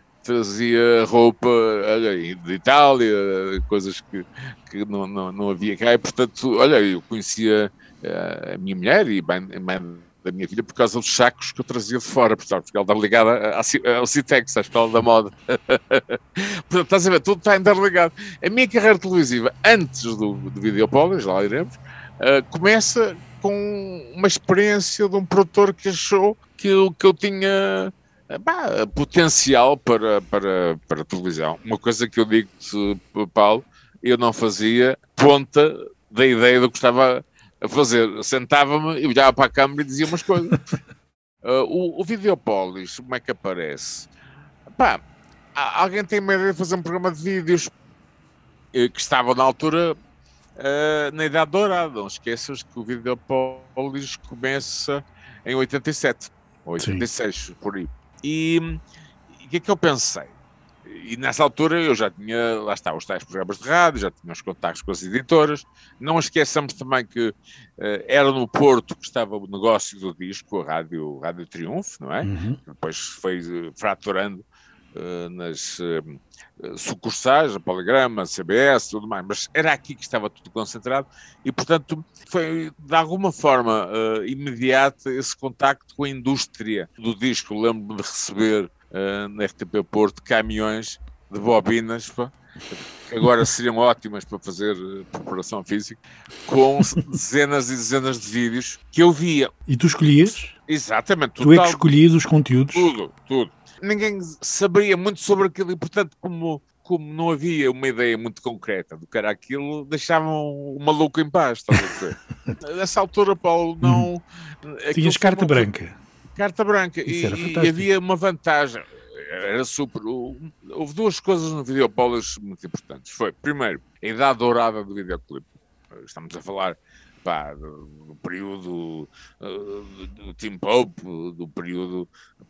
roupa de Itália, coisas que não havia cá, e portanto, olha, eu conhecia a minha mulher e a mãe da minha filha por causa dos sacos que eu trazia de fora, porque ela estava ligada ao Citex, à Escola da Moda. Portanto, estás a ver, tudo está interligado. A minha carreira televisiva, antes do Videopolis, lá iremos, começa com uma experiência de um produtor que achou que eu tinha potencial para a televisão. Uma coisa que eu digo-te, Paulo, eu não fazia ponta da ideia do que estava a fazer. Sentava-me e olhava para a câmara e dizia umas coisas. O Videopolis, como é que aparece? Alguém tem uma ideia de fazer um programa de vídeos que estava na altura na Idade Dourada. Não esqueças que o Videopolis começa em 87 ou 86, sim, por aí. E o que é que eu pensei? E nessa altura eu já tinha, lá está, os tais programas de rádio, já tinha os contactos com as editoras. Não esqueçamos também que era no Porto que estava o negócio do disco, a Rádio Triunfo, não é? Uhum. Depois foi fraturando nas sucursais, a Poligrama, a CBS, tudo mais, mas era aqui que estava tudo concentrado e, portanto, foi de alguma forma imediata esse contacto com a indústria do disco. Lembro-me de receber na RTP Porto caminhões de bobinas, que agora seriam ótimas para fazer preparação física, com dezenas e dezenas de vídeos que eu via. E tu escolhias? Exatamente. Tu é que escolhias os conteúdos? Tudo. Ninguém sabia muito sobre aquilo e, portanto, como não havia uma ideia muito concreta do que era aquilo, deixavam o maluco em paz, estás a ver? Nessa altura, Paulo, não... Tinhas carta branca. Carta branca. E havia uma vantagem. Era super... Houve duas coisas no Videopolis muito importantes. Foi, primeiro, a idade dourada do videoclipe. Estamos a falar... do período do Tim Pope, do período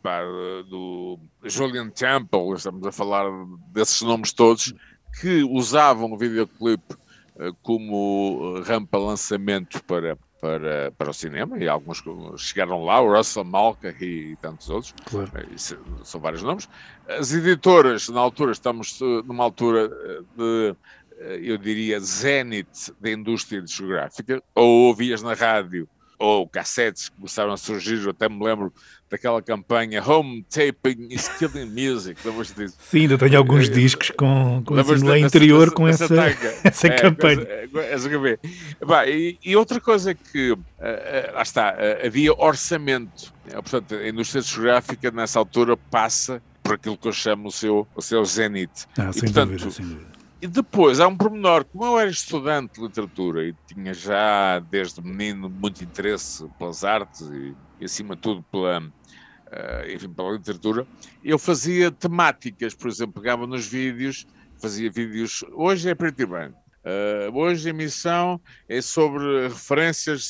do Julian Temple, estamos a falar desses nomes todos que usavam o videoclipe como rampa lançamento para o cinema, e alguns chegaram lá, o Russell Malka e tantos outros. Claro. São vários nomes. As editoras, na altura, estamos numa altura de, eu diria, zénite da indústria discográfica, ou ouvias na rádio, ou cassetes que começaram a surgir. Eu até me lembro daquela campanha Home Taping is Killing Music, lembras disso? Sim, ainda tenho alguns discos com lá interior com essa campanha. E outra coisa que, lá está, havia orçamento. Portanto, a indústria discográfica nessa altura passa por aquilo que eu chamo o seu zénite. Sem dúvida. E depois há um pormenor, como eu era estudante de literatura e tinha já desde menino muito interesse pelas artes e acima de tudo pela literatura, eu fazia temáticas, por exemplo, pegava nos vídeos, fazia vídeos, hoje é preto e branco, hoje a emissão é sobre referências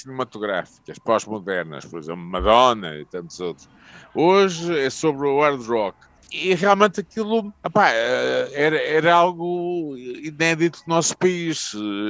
cinematográficas pós-modernas, por exemplo, Madonna e tantos outros. Hoje é sobre o hard rock. E realmente aquilo era algo inédito no nosso país.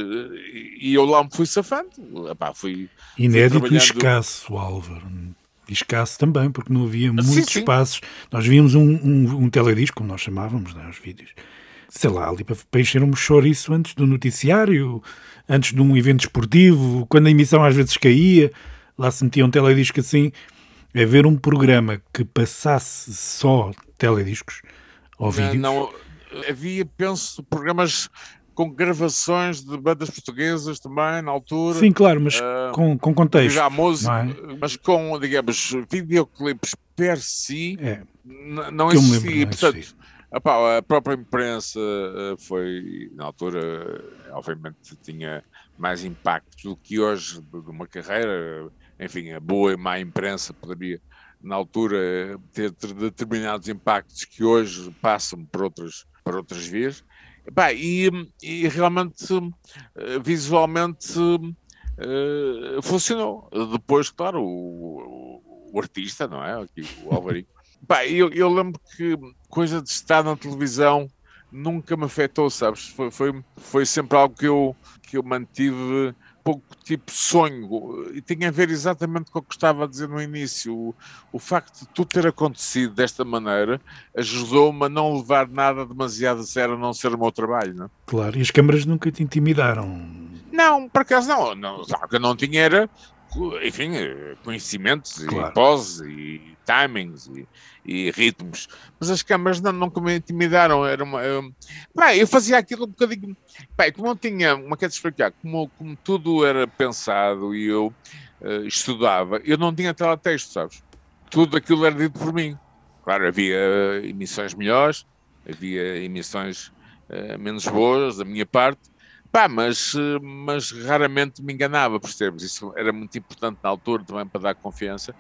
E eu lá me fui safando. Fui Inédito e trabalhando. escasso, Álvaro. E escasso também, porque não havia muitos sim. espaços. Nós víamos um teledisco, como nós chamávamos, né, os vídeos. Sei lá, ali para enchermos chouriço antes do noticiário, antes de um evento esportivo, quando a emissão às vezes caía, lá se metia um teledisco assim. É ver um programa que passasse só telediscos ou vídeos. Não, havia, penso, programas com gravações de bandas portuguesas também, na altura. Sim, claro, mas com contexto. Já música, não é? mas com, digamos, videoclipes per si, não que eu me existia. lembro, não Portanto, existia. a própria imprensa foi, na altura, obviamente tinha mais impacto do que hoje de uma carreira. Enfim, a boa e má imprensa poderia, na altura, ter determinados impactos que hoje passam por outras vias. E realmente, visualmente, funcionou. Depois, claro, o artista, não é? Aqui, o Alvarinho. Eu lembro que coisa de estar na televisão nunca me afetou, sabes? Foi sempre algo que eu mantive pouco tipo sonho, e tinha a ver exatamente com o que estava a dizer no início. O facto de tudo ter acontecido desta maneira ajudou-me a não levar nada demasiado a sério, a não ser o meu trabalho, não é? Claro, e as câmaras nunca te intimidaram? Não, por acaso não. O que eu não tinha era, enfim, conhecimentos, Claro. E poses e timings e ritmos, mas as câmaras nunca me intimidaram. Eu fazia aquilo um bocadinho, como eu tinha, como quero explicar, como tudo era pensado e eu estudava, eu não tinha teletexto, sabes? Tudo aquilo era dito por mim. Claro, havia emissões melhores, havia emissões menos boas da minha parte, mas raramente me enganava, percebes? Isso era muito importante na altura também para dar confiança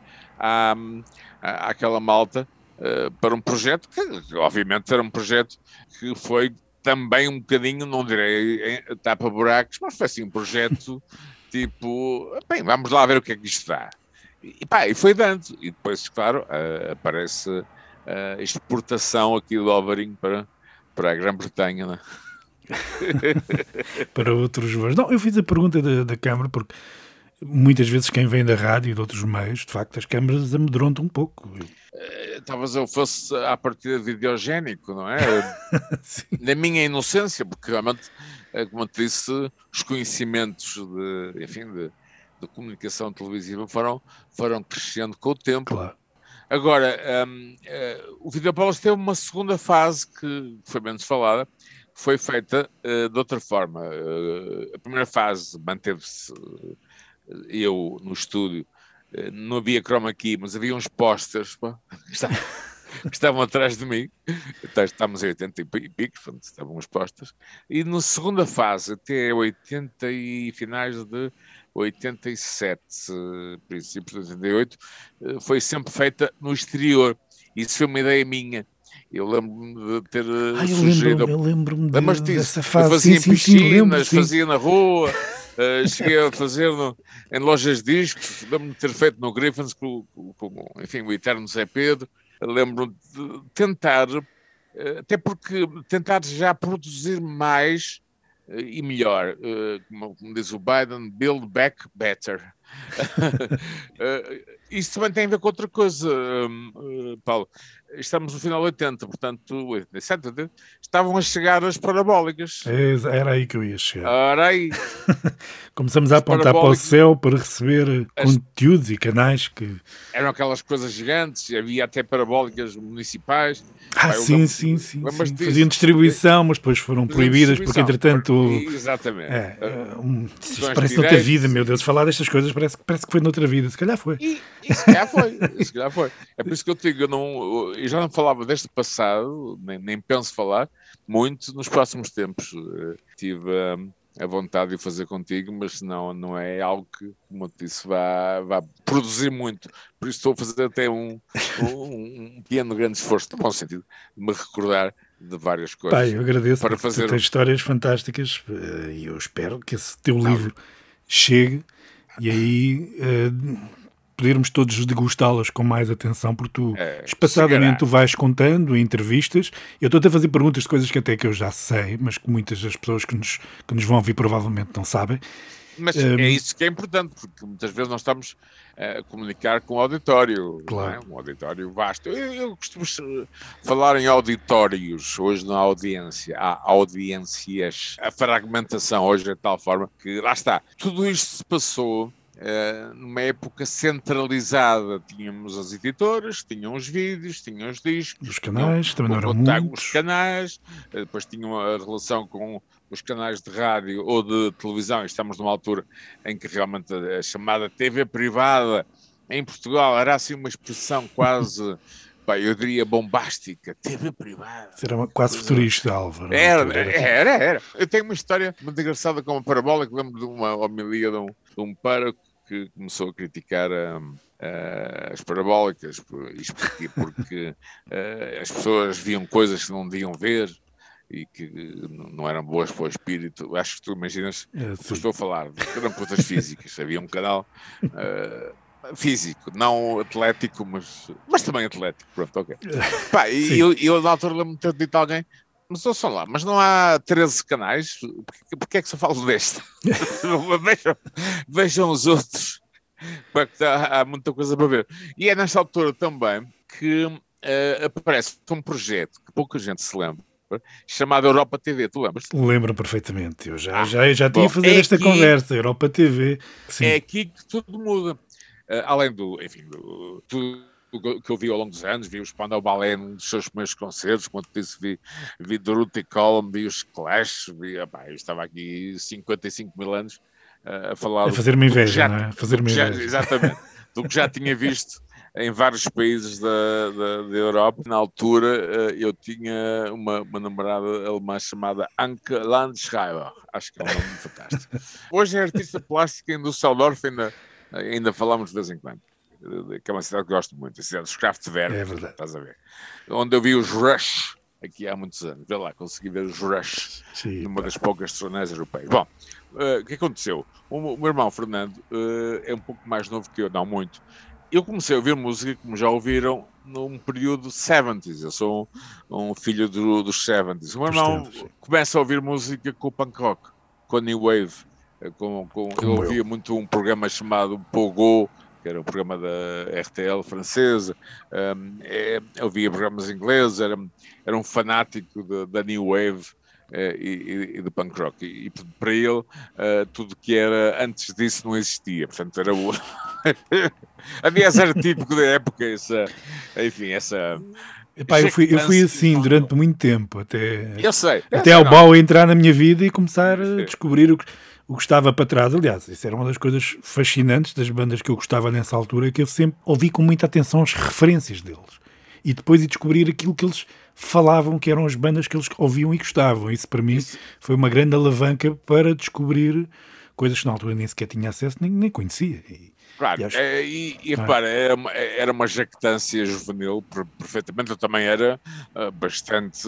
àquela malta para um projeto que obviamente era um projeto que foi também um bocadinho, não direi tapa-buracos, mas foi assim um projeto tipo, vamos lá ver o que é que isto dá. E foi dando. E depois, claro, aparece a exportação aqui do Alvarinho para a Grã-Bretanha, não é? Para outros voos. Não, eu fiz a pergunta da câmara porque muitas vezes quem vem da rádio e de outros meios, de facto, as câmaras amedrontam um pouco. Talvez eu fosse à partida videogénico, não é? Na minha inocência, porque realmente, como eu te disse, os conhecimentos de comunicação televisiva foram crescendo com o tempo. Claro. Agora, o Videopolis teve uma segunda fase que foi menos falada, foi feita de outra forma. A primeira fase manteve-se eu no estúdio, não havia chroma key, mas havia uns posters que estavam atrás de mim. Estávamos em 80 e pico, portanto, estavam os posters. E na segunda fase, até 80 e finais de 87, princípios de 88, foi sempre feita no exterior. Isso foi uma ideia minha. Eu lembro-me de ter surgido. Eu lembro-me dessa Eu fase. fazia em piscinas, sim. fazia na rua, cheguei a fazer em lojas de discos. Lembro-me de ter feito no Griffins com enfim, o eterno Zé Pedro. Lembro-me de tentar, até porque tentar já produzir mais e melhor, como diz o Biden, build back better. Isso também tem a ver com outra coisa, Paulo. Estamos no final de 80, portanto, 87, estavam a chegar as parabólicas. Era aí que eu ia chegar. Ora aí. Começamos a apontar para o céu para receber conteúdos e canais que... Eram aquelas coisas gigantes, havia até parabólicas municipais. Sim. Faziam distribuição, mas depois foram proibidas porque, entretanto... Exatamente. Isso parece noutra vida, meu Deus. Falar destas coisas parece que foi noutra vida. Se calhar foi. E se calhar foi. É por isso que eu te digo, eu já não falava deste passado, nem penso falar muito nos próximos tempos. Tive a vontade de fazer contigo, mas não é algo que, como eu te disse, vá produzir muito. Por isso estou a fazer até um pequeno grande esforço, no bom sentido, de me recordar de várias coisas. Pai, eu agradeço para porque tu tens histórias fantásticas e eu espero que esse teu livro chegue e aí podermos todos degustá-las com mais atenção, porque tu, espaçadamente, tu vais contando em entrevistas. Eu estou-te a fazer perguntas de coisas que até que eu já sei, mas que muitas das pessoas que nos vão ouvir provavelmente não sabem. Mas é isso que é importante, porque muitas vezes nós estamos a comunicar com o auditório, claro. Não é? Um auditório vasto. Eu costumo falar em auditórios, hoje não há audiência, há audiências. A fragmentação hoje é de tal forma que, lá está, tudo isto se passou numa época centralizada. Tínhamos as editoras, tinham os vídeos, tinham os discos, os canais, também não eram muitos. Os canais, depois tinham a relação com os canais de rádio ou de televisão, e estamos numa altura em que realmente a chamada TV privada em Portugal era assim uma expressão quase, eu diria bombástica, TV privada. Era quase futurista, Álvaro. Era. Eu tenho uma história muito engraçada com uma parabólica, lembro de uma homilia de um pároco que começou a criticar as parabólicas, porque as pessoas viam coisas que não deviam ver e que não eram boas para o espírito. Acho que tu imaginas o que estou a falar. Eram putas físicas. Havia um canal físico, não atlético, mas também atlético. Pronto, ok. E eu na altura lembro-me de ter dito a alguém, mas ouçam lá, mas não há 13 canais? Porque é que só falo deste? Vejam os outros. Há muita coisa para ver. E é nesta altura também que aparece um projeto que pouca gente se lembra, chamado Europa TV, tu lembras? Lembro perfeitamente, eu já tinha a fazer esta conversa, Europa TV. Sim. É aqui que tudo muda. Além tudo que eu vi ao longo dos anos, vi o Spandau Ballet num dos seus primeiros concertos, quando disse, vi Dorothy Column, vi os Clash, eu estava aqui 55 mil anos a falar... A fazer-me inveja, não é? Fazer-me inveja. Exatamente, do que já tinha visto em vários países da Europa. Na altura, eu tinha uma namorada alemã chamada Anke Landschreiber. Acho que é um nome fantástico. Hoje é artista plástica em Düsseldorf, ainda falamos de vez em quando. Que é uma cidade que gosto muito, a cidade dos Kraftwerk. É verdade. Estás a ver? Onde eu vi os Rush, aqui há muitos anos. Vê lá, consegui ver os Rush numa das poucas torneiras europeias. Bom, o que aconteceu? O meu irmão Fernando é um pouco mais novo que eu, não muito. Eu comecei a ouvir música, como já ouviram, num período 70s. Eu sou um filho dos 70s. O meu irmão começa a ouvir música com o punk rock, com a New Wave. Eu ouvia muito um programa chamado Pogo, que era um programa da RTL francesa. Eu ouvia programas ingleses, era um fanático da New Wave e do punk rock. E para ele, tudo que era antes disso não existia. Portanto, era o... Aliás, era típico da época essa... Epá, eu fui assim durante muito tempo, até ao Bau entrar na minha vida e começar a descobrir o que estava para trás. Aliás, isso era uma das coisas fascinantes das bandas que eu gostava nessa altura, que eu sempre ouvi com muita atenção as referências deles. E depois descobrir aquilo que eles falavam, que eram as bandas que eles ouviam e gostavam. Isso para mim foi uma grande alavanca para descobrir coisas que na altura nem sequer tinha acesso, nem conhecia. Claro, repara, era uma jactância juvenil, perfeitamente. Eu também era bastante...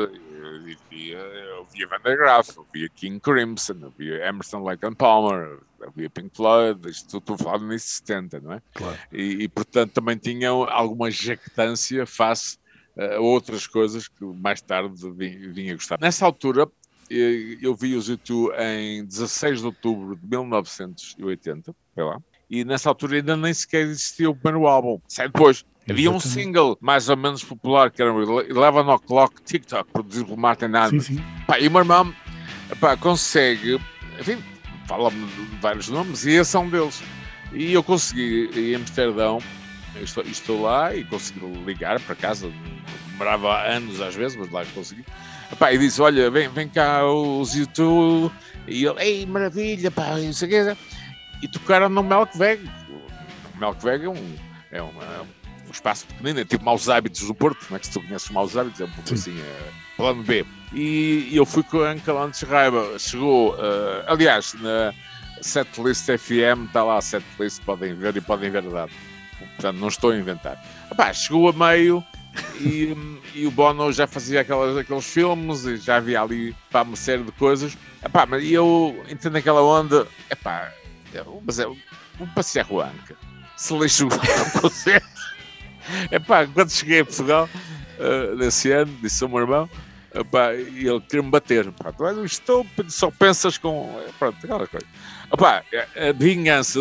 Eu via Van der Graaf, eu via King Crimson, eu via Emerson, Lake and Palmer, eu via Pink Floyd, isto estou a falar nos 70, não é? Claro. E portanto também tinham alguma jactância face a outras coisas que mais tarde vinha a gostar. Nessa altura, eu vi os U2 em 16 de outubro de 1980, sei lá. E nessa altura ainda nem sequer existia o primeiro álbum. Sai depois. Havia um single mais ou menos popular que era o 11 O'Clock TikTok, produzido por Martin Adams. Sim. E o meu irmão consegue, enfim, fala-me de vários nomes e esse é um deles. E eu consegui, em Amsterdão, estou lá e consegui ligar para casa. Demorava anos às vezes, mas lá consegui. E disse, olha, vem cá os YouTube. E ele, ei, maravilha, não sei o que. E tocaram no Melkweg. O Melkweg é um espaço pequenino, é tipo Maus Hábitos do Porto. Como é que se tu conheces os Maus Hábitos? É um pouco assim, plano B. E eu fui com a Anke Landschreiber. Chegou, aliás, na Setlist FM, está lá a Setlist, podem ver e podem ver a data. Portanto, não estou a inventar. Chegou a meio e o Bono já fazia aqueles filmes e já havia ali uma série de coisas. E eu entendo aquela onda, mas vou passear com a Anke. se lixou o concerto. Epá, quando cheguei a Portugal, nesse ano, disse ao meu irmão, epá, e ele queria-me bater. Epá, tu és um estúpido, só pensas com... Pronto, aquela coisa. Epá, a vingança,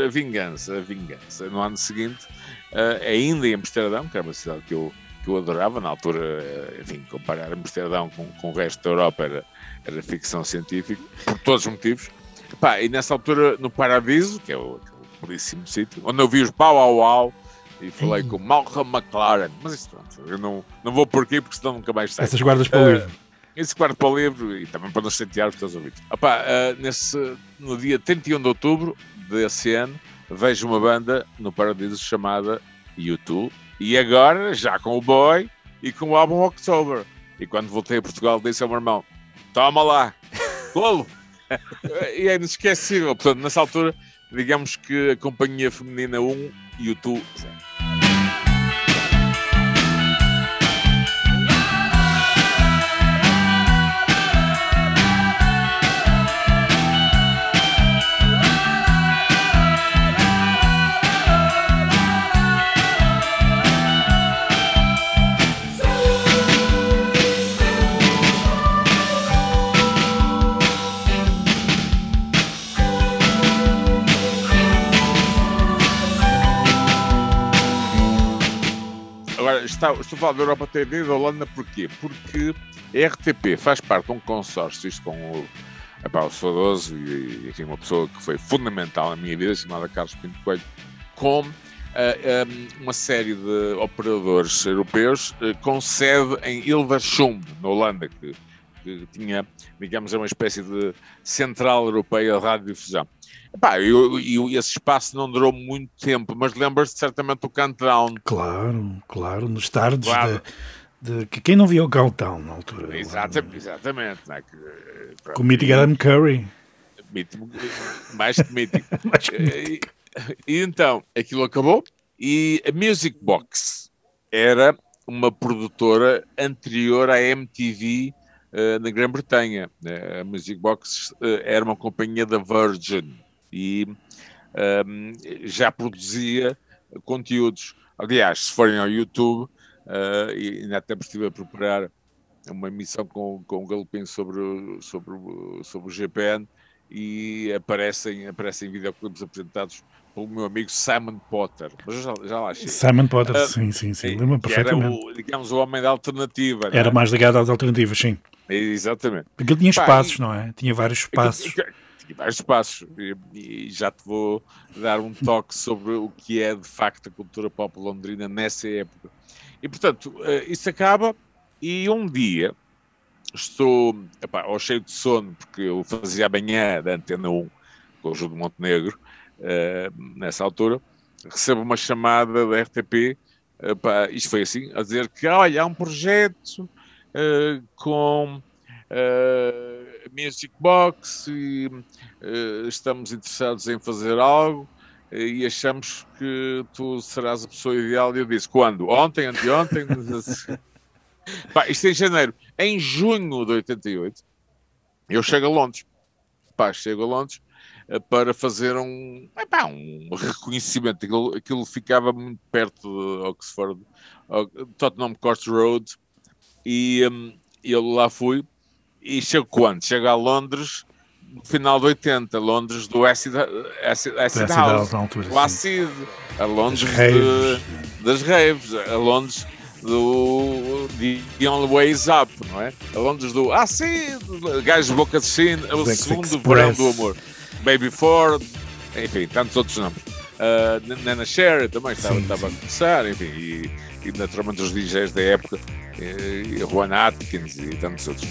no ano seguinte, ainda em Amsterdão, que era uma cidade que eu adorava, na altura, enfim, comparar Amsterdão com o resto da Europa era ficção científica, por todos os motivos. Epá, e nessa altura, no Paradiso, que é o belíssimo sítio, onde eu vi os Bow Wow Wow, e falei com Malcolm McLaren, mas isso pronto, eu não vou por aqui porque senão nunca mais sai. Essas guardas para o livro. Esse guarda para o livro e também para não chatear os teus ouvidos. No dia 31 de outubro desse ano, vejo uma banda no Paradiso chamada U2, e agora já com o Boy e com o álbum October. E quando voltei a Portugal disse ao meu irmão, toma lá, golo! E é inesquecível. Portanto, nessa altura, digamos que a companhia feminina 1 e o U2 0. Estou a falar da Europa TV e da Holanda porquê? Porque a RTP faz parte de um consórcio, isto com o saudoso e enfim, uma pessoa que foi fundamental na minha vida, chamada Carlos Pinto Coelho, com uma série de operadores europeus com sede em Hilversum, na Holanda, que tinha, digamos, uma espécie de central europeia de radiodifusão. E esse espaço não durou muito tempo, mas lembras-te certamente do Countdown. Claro, nos tardes de quem não via o Countdown na altura. Exatamente. Né? Com o mítico Adam Curry. Mais que mítico. E então, aquilo acabou e a Music Box era uma produtora anterior à MTV na Grã-Bretanha. A Music Box era uma companhia da Virgin e já produzia conteúdos. Aliás, se forem ao YouTube, e ainda até estive a preparar uma emissão com o Galopim sobre o GPN, e aparecem videoclipes apresentados pelo meu amigo Simon Potter. Mas eu já lá achei. Simon Potter, sim, lembro perfeitamente. Era digamos, o homem da alternativa. Era mais ligado às alternativas, sim. Exatamente. Porque ele tinha espaços, não é? Tinha vários espaços. Tinha vários espaços. E já te vou dar um toque sobre o que é, de facto, a cultura pop londrina nessa época. E, portanto, isso acaba e um dia estou ao cheio de sono, porque eu fazia amanhã da Antena 1 com o Júlio Montenegro, nessa altura, recebo uma chamada da RTP, isto foi assim, a dizer que, olha, há um projeto com Music Box e estamos interessados em fazer algo e achamos que tu serás a pessoa ideal. E eu disse, quando? Ontem, anteontem? Isto é em janeiro. Em junho de 88, eu chego a Londres. Chego a Londres para fazer um reconhecimento. Aquilo ficava muito perto de Oxford, Tottenham Court Road, e eu lá fui. E chego quando? Chego a Londres no final de 80, Londres do Acid House, o Acid, a Londres das raves, a Londres do The Only Way Is Up, não é? A Londres do Acid, Gajos de Boca de Sino, o segundo verão do amor, Baby Ford, enfim, tantos outros nomes. Nana Sherry também estava a começar, enfim, e naturalmente os DJs da época, e Juan Atkins e tantos outros.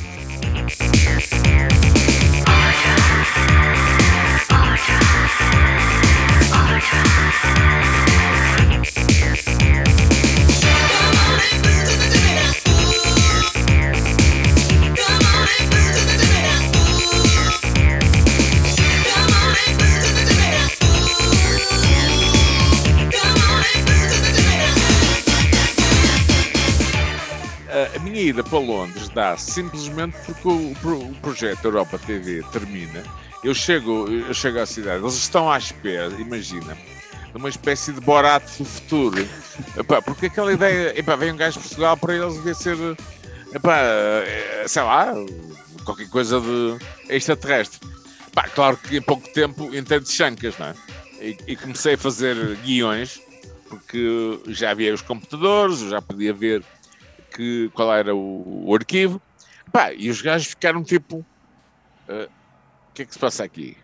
A minha ida para Londres dá simplesmente porque o projeto Europa TV termina. Eu chego à cidade, eles estão à espera, imagina, uma espécie de Borat do futuro. Epá, porque aquela ideia, epá, vem um gajo de Portugal, para eles devia ser, epá, sei lá, qualquer coisa de extraterrestre. Epá, claro que em pouco tempo entrei de chancas, não é? E comecei a fazer guiões, porque já havia os computadores, eu já podia ver qual era o arquivo. Epá, e os gajos ficaram tipo... o que é que se passa aqui?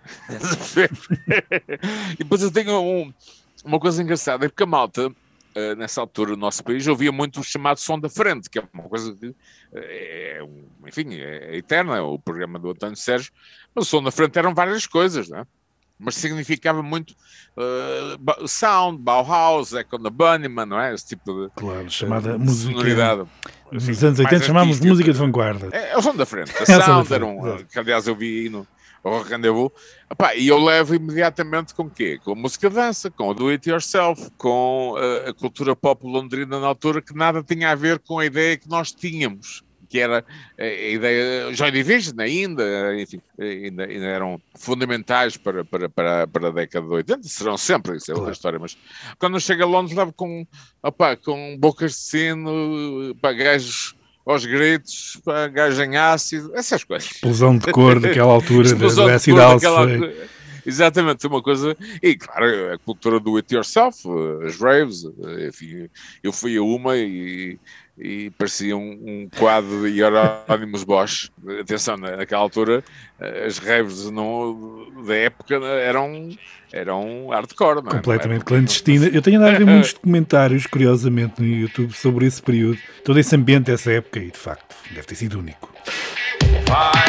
E depois eu tenho uma coisa engraçada, é porque a malta, nessa altura, no nosso país, ouvia muito o chamado som da frente, que é uma coisa que enfim, é eterna, é o programa do António Sérgio, mas o som da frente eram várias coisas, não é? Mas significava muito sound, Bauhaus, Echo and the Bunnyman, não é? Esse tipo de claro, chamada música sonoridade. Nos anos 80 chamámos música de vanguarda. É o som da frente. A sound era que aliás eu vi aí no Rendezvous. Epá, e eu levo imediatamente com o quê? Com a música de dança, com o do it yourself, com a cultura pop londrina na altura, que nada tinha a ver com a ideia que nós tínhamos, que era a ideia Joy Division ainda, enfim, ainda eram fundamentais para a década de 80, serão sempre, isso é outra história, mas quando eu chego a Londres levo com bocas de sino, gajos aos gritos, gajos em ácido, essas coisas. Explosão de cor daquela altura, do Acid House. Exatamente, uma coisa. E claro, a cultura do it yourself, as raves, enfim, eu fui a uma e parecia um quadro de Hieronymus Bosch. Atenção, naquela altura, as raves da época eram hardcore, não é? Completamente clandestina. Eu tenho andado a ver muitos documentários, curiosamente, no YouTube sobre esse período, todo esse ambiente dessa época, e de facto, deve ter sido único. 5,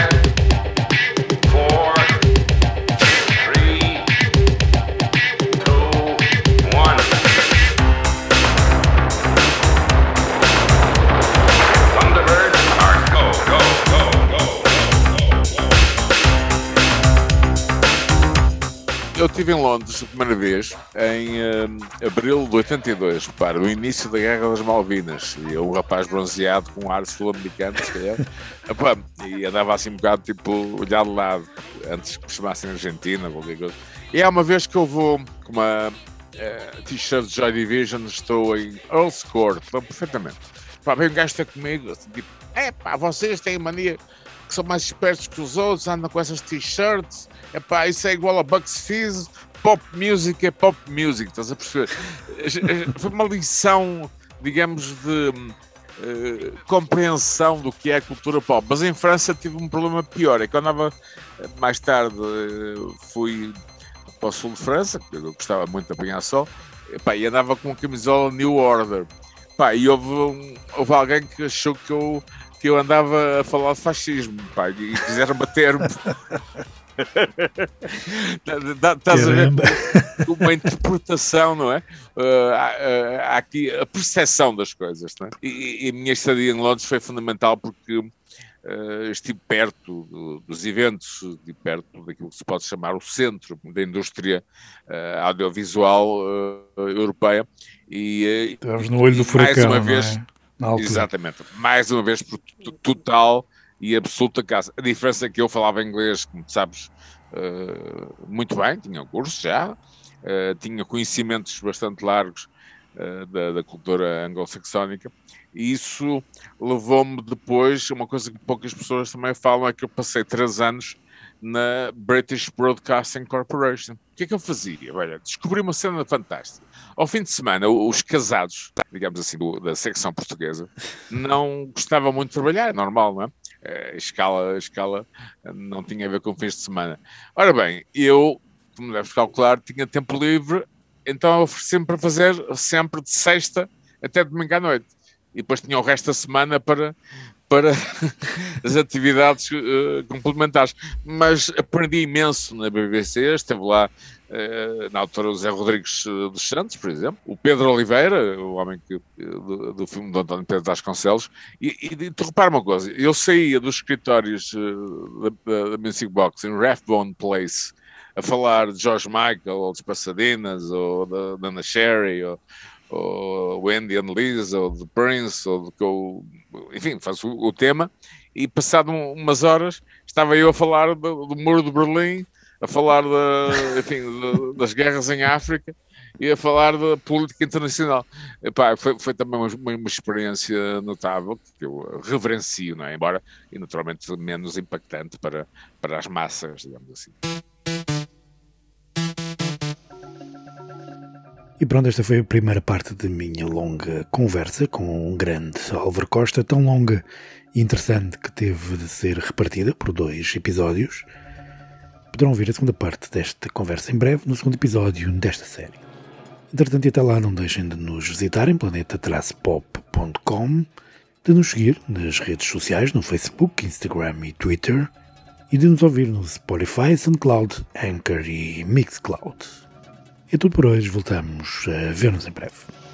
4, 3, 2, 1. Thunderbirds are go, go, go, go. Eu estive em Londres a primeira vez em abril de 82, para o início da Guerra das Malvinas, e eu, um rapaz bronzeado com um ar sul-americano, se calhar, e andava assim um bocado tipo olhar de lado, antes que me chamassem Argentina, qualquer coisa. E há uma vez que eu vou com uma t-shirt de Joy Division, estou em Earl's Court, estou perfeitamente. Vem um gajo ter comigo, assim, tipo, vocês têm mania que são mais espertos que os outros, andam com essas t-shirts, isso é igual a Bucks Fizz, pop music é pop music, estás a perceber? Foi uma lição, digamos, de compreensão do que é a cultura pop, mas em França tive um problema pior, é que eu andava, mais tarde fui para o sul de França, porque eu gostava muito de apanhar sol, e andava com uma camisola New Order, e houve alguém que achou que eu andava a falar de fascismo, e quiseram bater-me. Estás a ver uma interpretação, não é? Há aqui a percepção das coisas, não é? E a minha estadia em Londres foi fundamental porque estive perto dos eventos, estive perto daquilo que se pode chamar o centro da indústria audiovisual europeia. E estávamos no olho do furacão, mais uma vez, exatamente, mais uma vez por total e absoluta casa. A diferença é que eu falava inglês, como tu sabes, muito bem, tinha um curso já, tinha conhecimentos bastante largos da cultura anglo-saxónica, e isso levou-me depois a uma coisa que poucas pessoas também falam, é que eu passei 3 anos na British Broadcasting Corporation. O que é que eu fazia? Olha, descobri uma cena fantástica. Ao fim de semana, os casados, digamos assim, da secção portuguesa, não gostavam muito de trabalhar, é normal, não é? A escala não tinha a ver com fins de semana. Ora bem, eu, como deves calcular, tinha tempo livre, então ofereci-me para fazer sempre de sexta até domingo à noite. E depois tinha o resto da semana para as atividades complementares. Mas aprendi imenso na BBC, esteve lá na altura o Zé Rodrigues dos Santos, por exemplo, o Pedro Oliveira, o homem do filme do António Pedro Vasconcelos, e tu repara uma coisa, eu saía dos escritórios da Music Box em Rathbone Place a falar de George Michael, ou dos Passadinas, ou da Anna Sherry, ou Wendy and Liz, ou do Prince, ou do que eu, enfim, faço o tema, e passado umas horas estava eu a falar do Muro de Berlim, a falar das guerras em África e a falar da política internacional. Epá, foi também uma experiência notável, que eu reverencio, não é? Embora, e naturalmente, menos impactante para as massas, digamos assim. E pronto, esta foi a primeira parte da minha longa conversa com um grande Álvaro Costa, tão longa e interessante que teve de ser repartida por 2 episódios. Poderão ouvir a segunda parte desta conversa em breve, no segundo episódio desta série. Entretanto, e até lá, não deixem de nos visitar em planeta-pop.com, de nos seguir nas redes sociais, no Facebook, Instagram e Twitter, e de nos ouvir no Spotify, SoundCloud, Anchor e Mixcloud. É tudo por hoje, voltamos a ver-nos em breve.